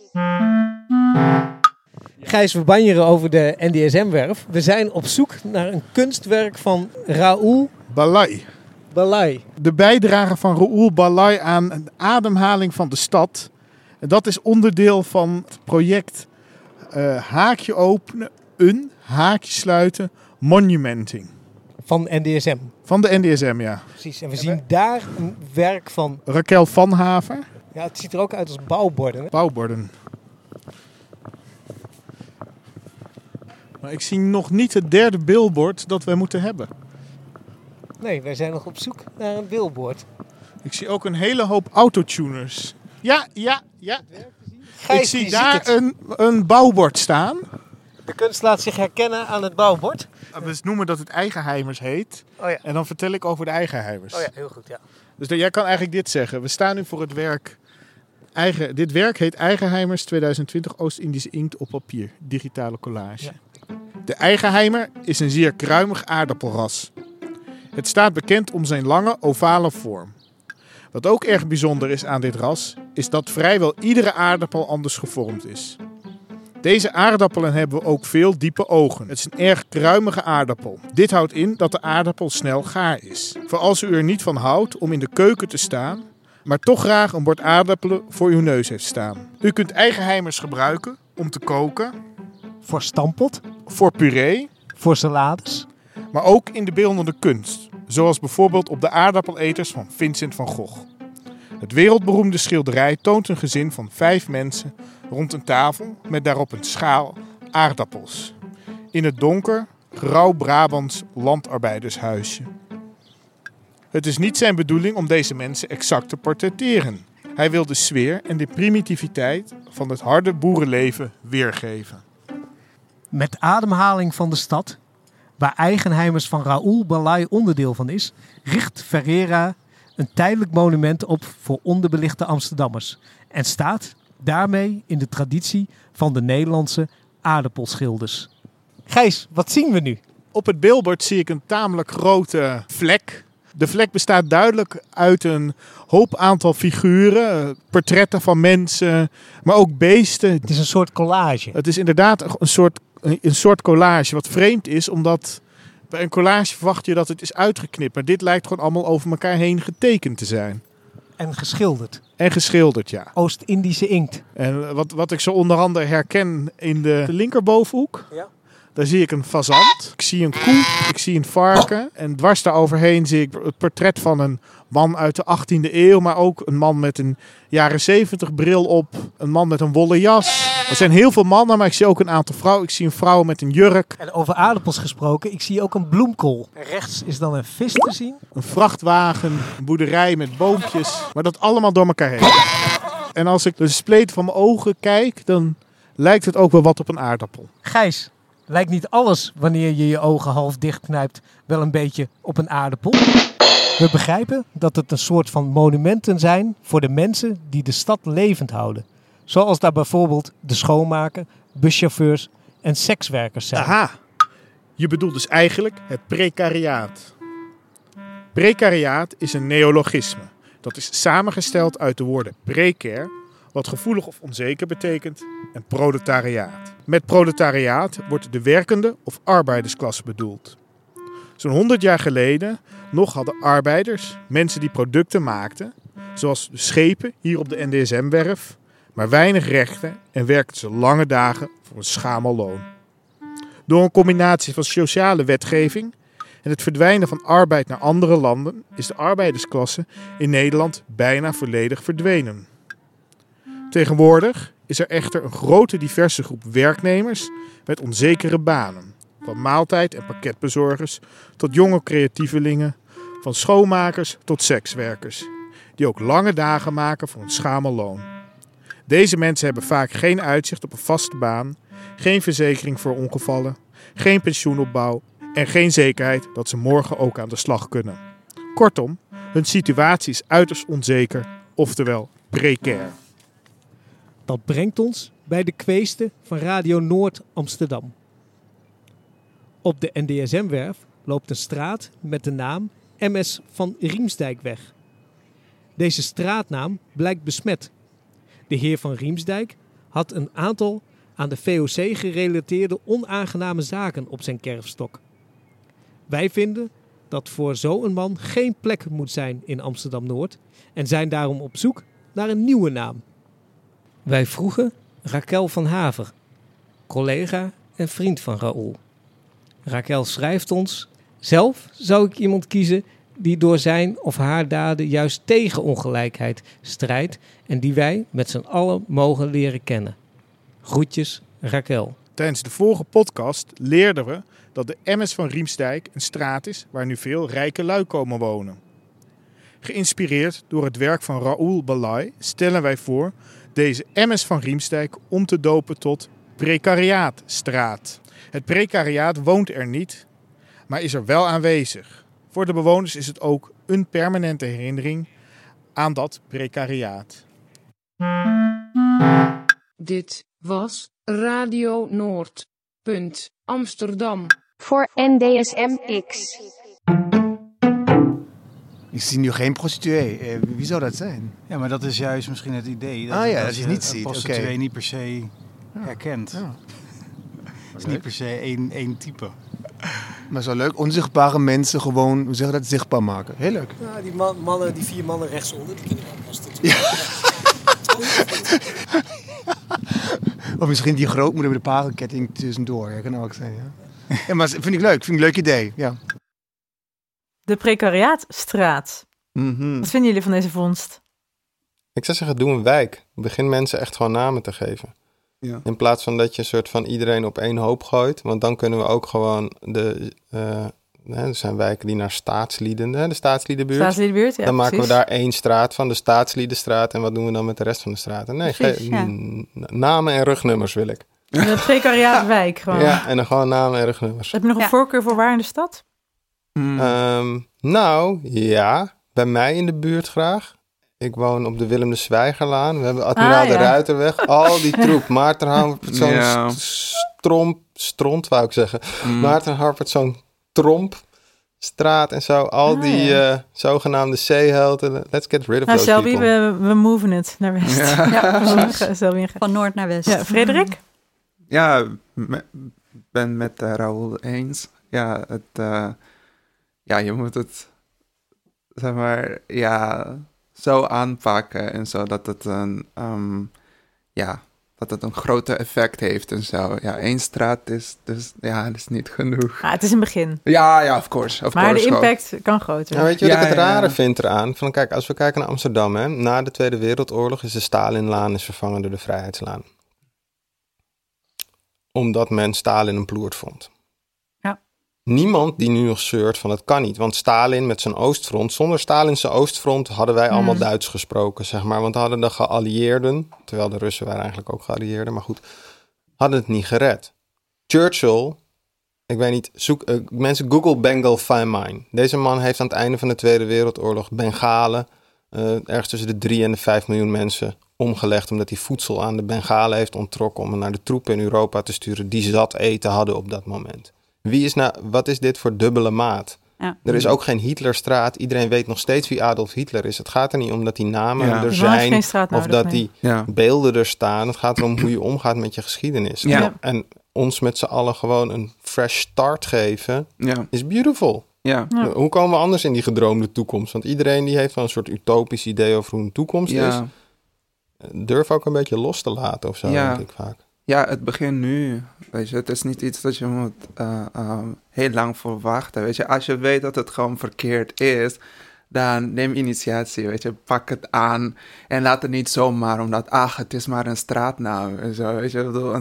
Gijs, we banjeren over de NDSM-werf. We zijn op zoek naar een kunstwerk van Raoul Balai. De bijdrage van Raoul Balai aan de ademhaling van de stad. Dat is onderdeel van het project Haakje openen, haakje sluiten, monumenting. Van NDSM. Van de NDSM, ja. Precies, en we zien daar een werk van Raquel van Haver. Ja, het ziet er ook uit als bouwborden. Hè? Bouwborden. Maar ik zie nog niet het 3e billboard dat we moeten hebben. Nee, wij zijn nog op zoek naar een billboard. Ik zie ook een hele hoop autotuners. Ja. Gijs, ik zie daar een bouwbord staan. De kunst laat zich herkennen aan het bouwbord. We noemen dat het Eigenheimers heet. Oh ja. En dan vertel ik over de Eigenheimers. Oh ja, heel goed, ja. Dus jij kan eigenlijk dit zeggen. We staan nu voor het werk. Dit werk heet Eigenheimers 2020 Oost-Indische inkt op papier. Digitale collage. Ja. De Eigenheimer is een zeer kruimig aardappelras. Het staat bekend om zijn lange, ovale vorm. Wat ook erg bijzonder is aan dit ras, is dat vrijwel iedere aardappel anders gevormd is. Deze aardappelen hebben ook veel diepe ogen. Het is een erg kruimige aardappel. Dit houdt in dat de aardappel snel gaar is. Voor als u er niet van houdt om in de keuken te staan, maar toch graag een bord aardappelen voor uw neus heeft staan. U kunt Eigenheimers gebruiken om te koken. Voor stampot. Voor puree. Voor salades. Maar ook in de beeldende kunst. Zoals bijvoorbeeld op de aardappeleters van Vincent van Gogh. Het wereldberoemde schilderij toont een gezin van 5 mensen rond een tafel met daarop een schaal aardappels. In het donker, grauw Brabants landarbeidershuisje. Het is niet zijn bedoeling om deze mensen exact te portretteren. Hij wil de sfeer en de primitiviteit van het harde boerenleven weergeven. Met Ademhaling van de Stad, waar Eigenheimers van Raoul Balai onderdeel van is, richt Ferreira een tijdelijk monument op voor onderbelichte Amsterdammers. En staat daarmee in de traditie van de Nederlandse aardappelschilders. Gijs, wat zien we nu? Op het billboard zie ik een tamelijk grote vlek De vlek bestaat duidelijk uit een hoop aantal figuren. Portretten van mensen, maar ook beesten. Het is een soort collage. Het is inderdaad een soort collage. Wat vreemd is, omdat bij een collage verwacht je dat het is uitgeknipt. Maar dit lijkt gewoon allemaal over elkaar heen getekend te zijn. En geschilderd. En geschilderd, ja. Oost-Indische inkt. En wat ik zo onder andere herken in de linkerbovenhoek. Ja. Daar zie ik een fazant. Ik zie een koe. Ik zie een varken. En dwars daaroverheen zie ik het portret van een man uit de 18e eeuw. Maar ook een man met een jaren 70 bril op. Een man met een wollen jas. Er zijn heel veel mannen, maar ik zie ook een aantal vrouwen. Ik zie een vrouw met een jurk. En over aardappels gesproken, ik zie ook een bloemkool. En rechts is dan een vis te zien. Een vrachtwagen, een boerderij met boompjes. Maar dat allemaal door elkaar heen. En als ik de spleet van mijn ogen kijk, dan lijkt het ook wel wat op een aardappel. Gijs, lijkt niet alles wanneer je je ogen half dicht knijpt wel een beetje op een aardappel? We begrijpen dat het een soort van monumenten zijn voor de mensen die de stad levend houden. Zoals daar bijvoorbeeld de schoonmaker, buschauffeurs en sekswerkers zijn. Aha, je bedoelt dus eigenlijk het precariaat. Precariaat is een neologisme. Dat is samengesteld uit de woorden precair, wat gevoelig of onzeker betekent, en proletariaat. Met proletariaat wordt de werkende of arbeidersklasse bedoeld. Zo'n 100 jaar geleden nog hadden arbeiders, mensen die producten maakten, zoals de schepen hier op de NDSM-werf, maar weinig rechten en werkten ze lange dagen voor een schamel loon. Door een combinatie van sociale wetgeving en het verdwijnen van arbeid naar andere landen is de arbeidersklasse in Nederland bijna volledig verdwenen. Tegenwoordig is er echter een grote diverse groep werknemers met onzekere banen. Van maaltijd- en pakketbezorgers tot jonge creatievelingen, van schoonmakers tot sekswerkers, die ook lange dagen maken voor een schamel loon. Deze mensen hebben vaak geen uitzicht op een vaste baan, geen verzekering voor ongevallen, geen pensioenopbouw en geen zekerheid dat ze morgen ook aan de slag kunnen. Kortom, hun situatie is uiterst onzeker, oftewel precair. Dat brengt ons bij de kweeste van Radio Noord Amsterdam. Op de NDSM-werf loopt een straat met de naam MS van Riemsdijkweg. Deze straatnaam blijkt besmet. De heer van Riemsdijk had een aantal aan de VOC gerelateerde onaangename zaken op zijn kerfstok. Wij vinden dat voor zo'n man geen plek moet zijn in Amsterdam-Noord en zijn daarom op zoek naar een nieuwe naam. Wij vroegen Raquel van Haver, collega en vriend van Raoul. Raquel schrijft ons: zelf zou ik iemand kiezen die door zijn of haar daden juist tegen ongelijkheid strijdt en die wij met z'n allen mogen leren kennen. Groetjes, Raquel. Tijdens de vorige podcast leerden we dat de MS van Riemsdijk een straat is waar nu veel rijke lui komen wonen. Geïnspireerd door het werk van Raoul Balai stellen wij voor deze MS van Riemsdijk om te dopen tot Precariaatstraat. Het precariaat woont er niet, maar is er wel aanwezig. Voor de bewoners is het ook een permanente herinnering aan dat precariaat. Dit was Radio Noord. Amsterdam. Voor NDSM-X. Ik zie nu geen prostituee. Wie zou dat zijn? Ja, maar dat is juist misschien het idee. Dat dat je het niet ziet. Een prostituee niet per se herkent. Ja. Het is niet per se één type. Maar zo leuk. Onzichtbare mensen gewoon, hoe zeg je dat, zichtbaar maken. Heel leuk. Ja, die 4 mannen rechtsonder, die kunnen wel prostituee. Of misschien die grootmoeder met de parenketting tussendoor. Ja, kan ook zijn, ja. Ja, maar vind ik leuk. Vind ik een leuk idee, ja. De Precariaatstraat. Mm-hmm. Wat vinden jullie van deze vondst? Ik zou zeggen, doe een wijk. Begin mensen echt gewoon namen te geven. Ja. In plaats van dat je een soort van iedereen op één hoop gooit. Want dan kunnen we ook gewoon er zijn wijken die naar staatslieden, de staatsliedenbuurt. Staatsliedenbuurt, ja, dan maken we precies. daar 1 straat van, de staatsliedenstraat. En wat doen we dan met de rest van de straten? Nee, Precies, namen en rugnummers wil ik. De Precariaatwijk gewoon. Ja, en dan gewoon namen en rugnummers. Heb je nog een voorkeur voor waar in de stad? Nou, ja. Bij mij in de buurt graag. Ik woon op de Willem de Zwijgerlaan. We hebben Admiraal de Ruiterweg. Al die troep. Maarten Harpert, zo'n stront wou ik zeggen. Maarten Harpert, zo'n tromp. straat en zo. Al die zogenaamde zeehelden. Let's get rid of those Selby, people. we moven het naar west. Ja, precies. Selby. Van noord naar west. Ja, Frederik? Ja, ben met Raoul eens. Ja, je moet het, zeg maar, zo aanpakken en zo dat het dat het een groter effect heeft en zo. Ja, 1 straat is niet genoeg. Het is een begin. Ja, of course. Maar de impact kan groter. Nou, weet je wat ik het rare vind eraan? Van, kijk, als we kijken naar Amsterdam, hè, na de Tweede Wereldoorlog is de Stalinlaan vervangen door de Vrijheidslaan. Omdat men Stalin een ploert vond. Ja. Niemand die nu nog zeurt van het kan niet. Want Stalin met zijn oostfront, zonder Stalinse oostfront hadden wij allemaal Duits gesproken, zeg maar. Want we hadden de geallieerden, terwijl de Russen waren eigenlijk ook geallieerden, maar goed, hadden het niet gered. Churchill, ik weet niet, mensen Google Bengal famine. Deze man heeft aan het einde van de Tweede Wereldoorlog Bengalen, ergens tussen de 3 en de 5 miljoen mensen omgelegd, omdat hij voedsel aan de Bengalen heeft onttrokken om naar de troepen in Europa te sturen die zat eten hadden op dat moment. Wat is dit voor dubbele maat? Ja. Er is ook geen Hitlerstraat. Iedereen weet nog steeds wie Adolf Hitler is. Het gaat er niet om dat die namen er zijn of dat die beelden er staan. Het gaat erom hoe je omgaat met je geschiedenis. Ja. En ons met z'n allen gewoon een fresh start geven is beautiful. Ja. Hoe komen we anders in die gedroomde toekomst? Want iedereen die heeft wel een soort utopisch idee over hoe een toekomst is. Durf ook een beetje los te laten of zo, denk ik vaak. Ja, het begint nu. Weet je, het is niet iets dat je moet heel lang voor wachten. Weet je, als je weet dat het gewoon verkeerd is, dan neem initiatie. Weet je, pak het aan en laat het niet zomaar, omdat het is maar een straatnaam en zo. Weet je, ik bedoel,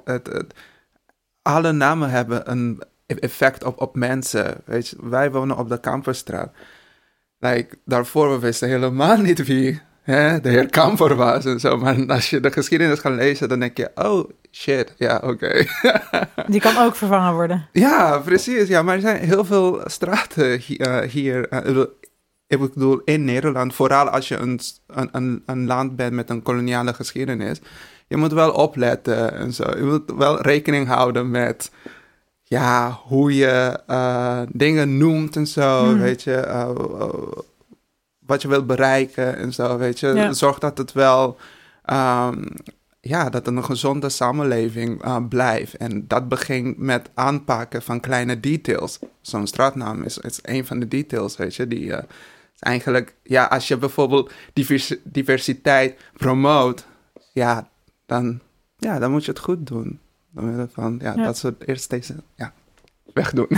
alle namen hebben een effect op mensen. Weet je, wij wonen op de Kamperstraat. Daarvoor we wisten helemaal niet wie de heer Kamper was en zo. Maar als je de geschiedenis gaat lezen, dan denk je, oh shit, ja, oké. Die kan ook vervangen worden. Ja, precies. Ja, maar er zijn heel veel straten hier. Ik bedoel, in Nederland, vooral als je een land bent met een koloniale geschiedenis. Je moet wel opletten en zo. Je moet wel rekening houden met hoe je dingen noemt en zo, weet je. Wat je wilt bereiken en zo, weet je. Ja. Zorg dat het wel, dat het een gezonde samenleving blijft. En dat begint met aanpakken van kleine details. Zo'n straatnaam is een van de details, weet je. Die is eigenlijk, als je bijvoorbeeld diversiteit promoot, dan moet je het goed doen. Van, dat soort eerst deze, wegdoen.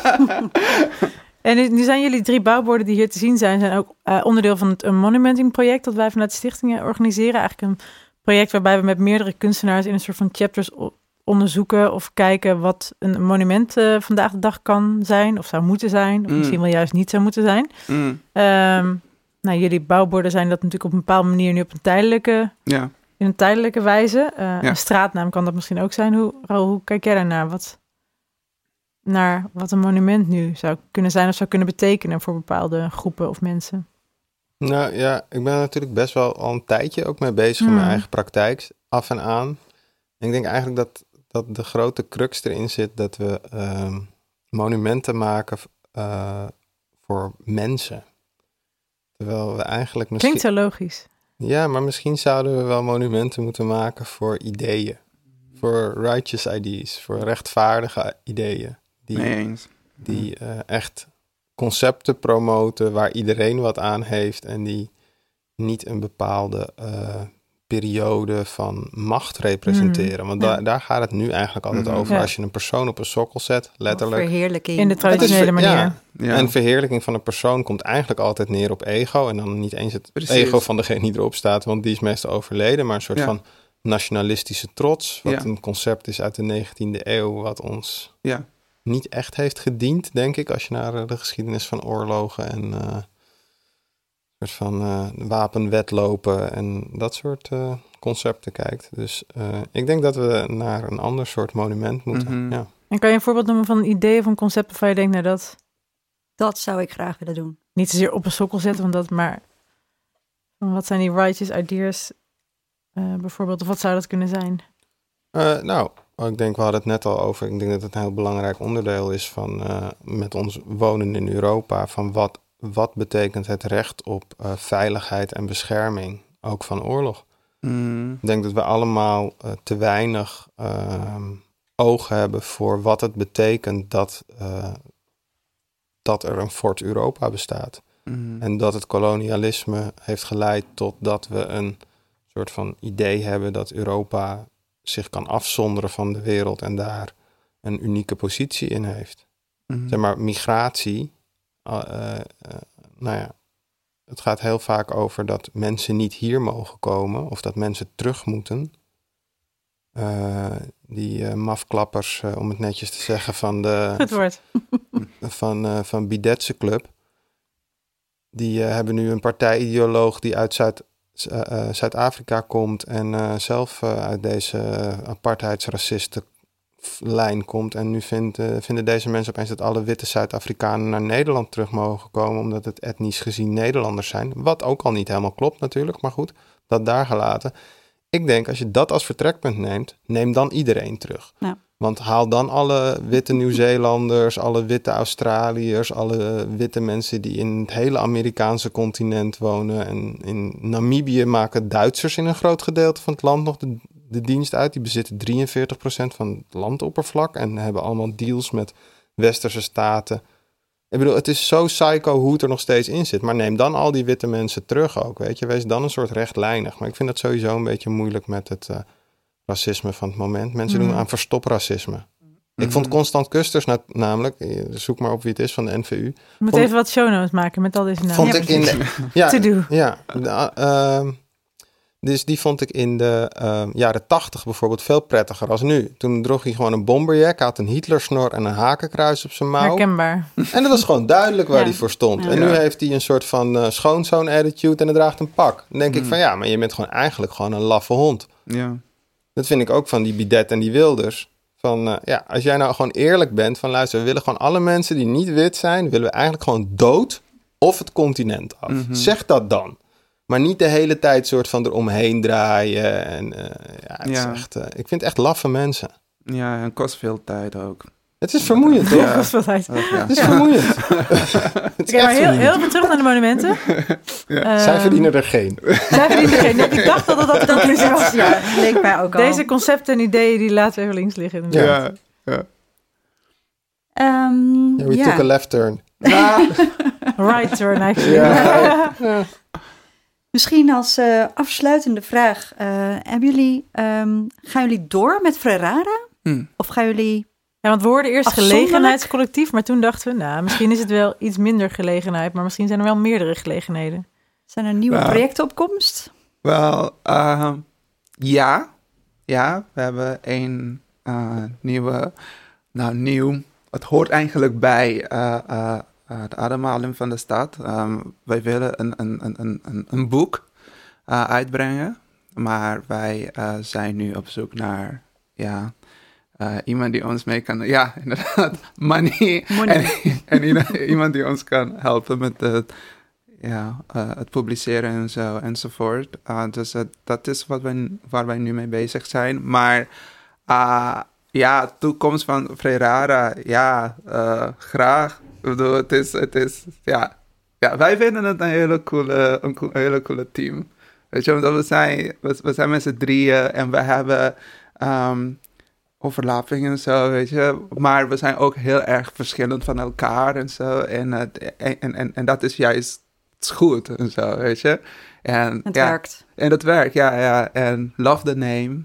En nu zijn jullie 3 bouwborden die hier te zien zijn ook onderdeel van het monumenting project dat wij vanuit de stichtingen organiseren. Eigenlijk een project waarbij we met meerdere kunstenaars in een soort van chapters onderzoeken of kijken wat een monument vandaag de dag kan zijn of zou moeten zijn. Of misschien wel juist niet zou moeten zijn. Jullie bouwborden zijn dat natuurlijk op een bepaalde manier nu op een tijdelijke, in een tijdelijke wijze. Een straatnaam kan dat misschien ook zijn. Hoe kijk jij daarnaar? Naar wat een monument nu zou kunnen zijn of zou kunnen betekenen voor bepaalde groepen of mensen? Nou ja, ik ben natuurlijk best wel al een tijdje ook mee bezig in mijn eigen praktijk, af en aan. En ik denk eigenlijk dat de grote crux erin zit dat we monumenten maken voor mensen. Terwijl we eigenlijk misschien... Klinkt zo logisch. Ja, maar misschien zouden we wel monumenten moeten maken voor ideeën. Voor righteous ideas, voor rechtvaardige ideeën. Die echt concepten promoten waar iedereen wat aan heeft en die niet een bepaalde periode van macht representeren. Want daar gaat het nu eigenlijk altijd over. Ja. Als je een persoon op een sokkel zet, letterlijk. Verheerlijking. In de traditionele manier. Ja. En verheerlijking van een persoon komt eigenlijk altijd neer op ego. En dan niet eens het ego van degene die erop staat, want die is meestal overleden. Maar een soort van nationalistische trots. Wat een concept is uit de 19e eeuw, wat ons niet echt heeft gediend, denk ik. Als je naar de geschiedenis van oorlogen en soort van wapenwetlopen en dat soort concepten kijkt. Dus ik denk dat we naar een ander soort monument moeten. Mm-hmm. Ja. En kan je een voorbeeld noemen van een idee of een concept waarvan je denkt, nou dat zou ik graag willen doen. Niet zozeer op een sokkel zetten, maar wat zijn die righteous ideas bijvoorbeeld? Of wat zou dat kunnen zijn? Nou, ik denk, we hadden het net al over. Ik denk dat het een heel belangrijk onderdeel is van met ons wonen in Europa. Van wat betekent het recht op veiligheid en bescherming, ook van oorlog. Ik denk dat we allemaal te weinig oog hebben voor wat het betekent dat er een Fort Europa bestaat. En dat het kolonialisme heeft geleid tot dat we een soort van idee hebben dat Europa zich kan afzonderen van de wereld en daar een unieke positie in heeft. Zeg maar, migratie, het gaat heel vaak over dat mensen niet hier mogen komen of dat mensen terug moeten. Die mafklappers, om het netjes te zeggen, van de Het woord. van Bidetse Club. Die hebben nu een partijideoloog die uit Zuid-Afrika komt en zelf uit deze apartheidsracistenlijn komt. En nu vinden deze mensen opeens dat alle witte Zuid-Afrikanen naar Nederland terug mogen komen, omdat het etnisch gezien Nederlanders zijn. Wat ook al niet helemaal klopt natuurlijk, maar goed, dat daar gelaten. Ik denk, als je dat als vertrekpunt neemt, neem dan iedereen terug. Ja. Want haal dan alle witte Nieuw-Zeelanders, alle witte Australiërs, alle witte mensen die in het hele Amerikaanse continent wonen. En in Namibië maken Duitsers in een groot gedeelte van het land nog de dienst uit. Die bezitten 43% van het landoppervlak en hebben allemaal deals met westerse staten. Ik bedoel, het is zo psycho hoe het er nog steeds in zit. Maar neem dan al die witte mensen terug ook, weet je. Wees dan een soort rechtlijnig. Maar ik vind dat sowieso een beetje moeilijk met het racisme van het moment. Mensen doen aan verstopracisme. Ik vond Constant Kusters namelijk, zoek maar op wie het is, van de NVU. Je moet even wat show notes maken met al deze namen. Vond ik in To do. Dus die vond ik in de jaren 80 bijvoorbeeld veel prettiger als nu. Toen droeg hij gewoon een bomberjack, had een Hitlersnor en een hakenkruis op zijn mouw. Herkenbaar. En dat was gewoon duidelijk waar hij voor stond. Ja. En nu heeft hij een soort van schoonzoon-attitude en hij draagt een pak. Dan denk ik van ja, maar je bent gewoon eigenlijk gewoon een laffe hond. Ja. Dat vind ik ook van die Bidet en die Wilders. Van als jij nou gewoon eerlijk bent van luister, we willen gewoon alle mensen die niet wit zijn, willen we eigenlijk gewoon dood of het continent af. Zeg dat dan. Maar niet de hele tijd soort van eromheen draaien. En het is echt, ik vind echt laffe mensen. Ja, en kost veel tijd ook. Het is vermoeiend, toch? Ja, kost veel tijd. Het is vermoeiend. Oké, maar heel veel terug naar de monumenten. Zij verdienen er geen. Ik dacht dat dat is. Ja, leek mij ook al. Deze concepten en ideeën, die laten we even links liggen. Ja. We took a left turn. Right turn, actually. Misschien als afsluitende vraag. Gaan jullie door met Ferrara? Of gaan jullie... Ja, want we hoorden eerst gelegenheidscollectief, maar toen dachten we, misschien is het wel iets minder gelegenheid, maar misschien zijn er wel meerdere gelegenheden. Zijn er nieuwe projecten op komst? Wel, ja. Ja, we hebben een nieuwe, nieuw. Het hoort eigenlijk bij de ademhaling van de stad. Wij willen een boek uitbrengen, maar wij zijn nu op zoek naar, iemand die ons mee kan... Ja, inderdaad. Money. En iemand die ons kan helpen met het publiceren en zo enzovoort. Dus dat is waar wij nu mee bezig zijn. Maar toekomst van Ferrara, graag. Ik bedoel, het is wij vinden het een hele coole team. Weet je, want we zijn met z'n drieën en we hebben... overlapping en zo, weet je. Maar we zijn ook heel erg verschillend van elkaar en zo. En dat is juist goed en zo, weet je. En het werkt. En dat werkt, ja. En love the name.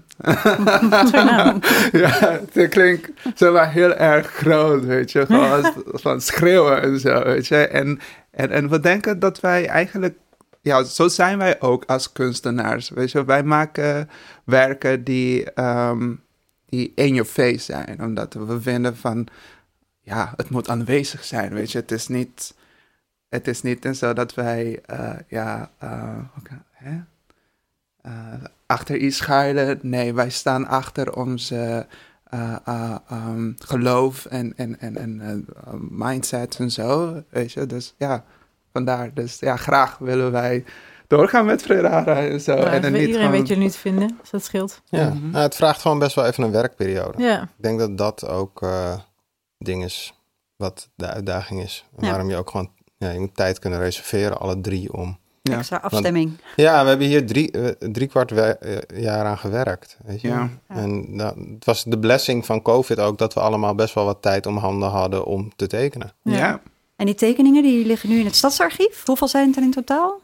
Het klinkt zo maar heel erg groot, weet je. Gewoon van schreeuwen en zo, weet je. En we denken dat wij eigenlijk... Ja, zo zijn wij ook als kunstenaars, weet je. Wij maken werken die in your face zijn. Omdat we vinden van... Ja, het moet aanwezig zijn, weet je. Het is niet en zo dat wij... achter iets schuilen. Nee, wij staan achter onze geloof en mindset en zo, weet je. Dus vandaar. Dus graag willen wij doorgaan met Ferrara en zo. Nou, en dan niet iedereen gewoon... weet je nu te vinden, dus dat scheelt. Ja, Mhm. nou, het vraagt gewoon best wel even een werkperiode. Ja. Ik denk dat dat ook ding is wat de uitdaging is. En Ja. waarom je ook gewoon, je moet tijd kunnen reserveren, alle 3 om. Ja. Extra afstemming. Ja, we hebben hier 3/4 jaar aan gewerkt. Weet je? Ja. En het was de blessing van COVID ook dat we allemaal best wel wat tijd om handen hadden om te tekenen. Ja. En die tekeningen die liggen nu in het Stadsarchief. Hoeveel zijn het er in totaal?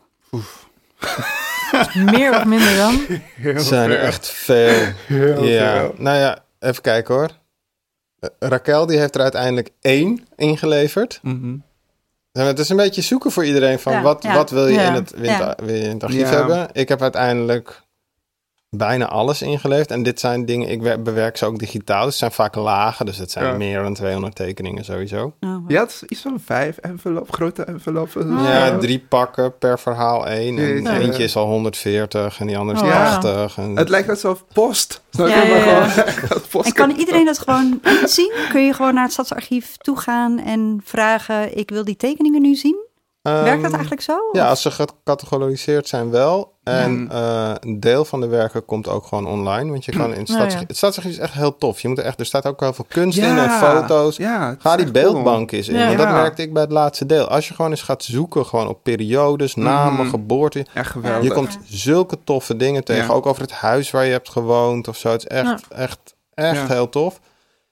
Meer of minder dan? Het zijn er echt veel. Heel Ja, veel. nou ja, even kijken hoor. Raquel die heeft er uiteindelijk 1 ingeleverd. Mhm. Het is een beetje zoeken voor iedereen van Ja, wat wil je ja. in het archief Ja. hebben. Ik heb uiteindelijk bijna alles ingeleverd. En dit zijn dingen, ik bewerk ze ook digitaal. Dus het zijn vaak lagen, dus het zijn Ja. meer dan 200 tekeningen sowieso. Oh, Je had iets van 5 envelop, grote enveloppen. Ja, 3 pakken per verhaal 1. En Jeetje. eentje is al 140 en die andere is Oh, wauw. 80. En Het lijkt alsof post. Snap je? Ja, Maar ja, ja. gewoon post. En kan iedereen dat gewoon zien? Kun je gewoon naar het Stadsarchief toe gaan en vragen... ik wil die tekeningen nu zien? Werkt dat eigenlijk zo? Ja, als ze gecategoriseerd zijn wel. En een deel van de werken komt ook gewoon online. Want je kan in het ja. het Stadsarchief is echt heel tof. Je moet er echt, er staat ook heel veel kunst in Ja. en foto's. Ja, het Ga is die echt beeldbank eens in. Ja. Want dat Ja. merkte ik bij het laatste deel. Als je gewoon eens gaat zoeken gewoon op periodes, namen, geboorte. cool. Echt geweldig. Je komt zulke toffe dingen tegen. Ja. Ook over het huis waar je hebt gewoond of zo. Het is echt Ja. heel tof.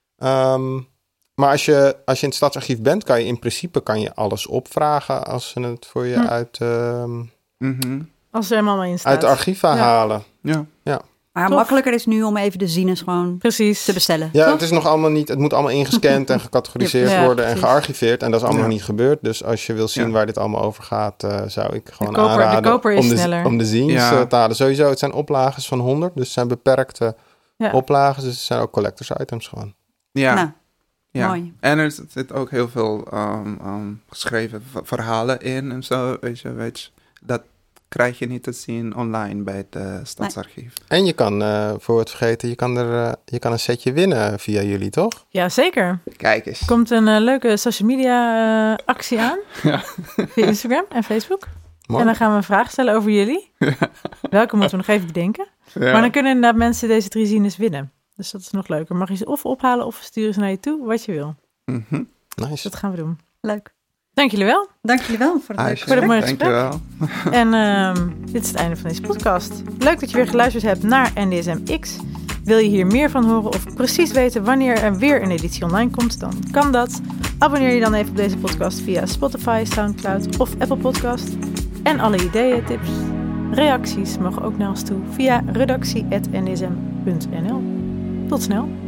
Maar als je in het Stadsarchief bent, kan je in principe alles opvragen als ze het voor je uit Mhm. Als er helemaal in staat. uit de archieven halen. Ja. Maar Tof. makkelijker is nu om even de zines gewoon Precies. te bestellen. Ja, toch? het is nog allemaal niet. Het moet allemaal ingescand en gecategoriseerd Ja, worden en precies. gearchiveerd. En dat is allemaal Ja. nog niet gebeurd. Dus als je wil zien Ja. waar dit allemaal over gaat, zou ik gewoon koper- de aanraden koper is om sneller. om de zines Ja. te halen. Sowieso, het zijn oplages van 100, dus het zijn beperkte Ja. oplages. Dus het zijn ook collectors items gewoon. Ja. Nou, Ja. mooi. En er zit ook heel veel geschreven verhalen in en zo. Weet je. Dat krijg je niet te zien online bij het Stadsarchief. En je kan, voor het vergeten, je kan een setje winnen via jullie, toch? Ja, zeker. Kijk eens. Er komt een leuke social media actie aan. Ja. Via Instagram en Facebook. Mooi. En dan gaan we een vraag stellen over jullie. Welke moeten we nog even bedenken. Ja. Maar dan kunnen inderdaad mensen deze 3 zines winnen. Dus dat is nog leuker. Mag je ze of ophalen of sturen ze naar je toe, wat je wil. Mhm. Nice. Dus dat gaan we doen. Leuk. Dank jullie wel. Dank jullie wel voor het leuke Voor dit mooie Dankjewel. En dit is het einde van deze podcast. Leuk dat je weer geluisterd hebt naar NDSM-X. Wil je hier meer van horen of precies weten wanneer er weer een editie online komt, dan kan dat. Abonneer je dan even op deze podcast via Spotify, Soundcloud of Apple Podcast. En alle ideeën, tips, reacties mogen ook naar ons toe via redactie@ndsm.nl. Tot snel.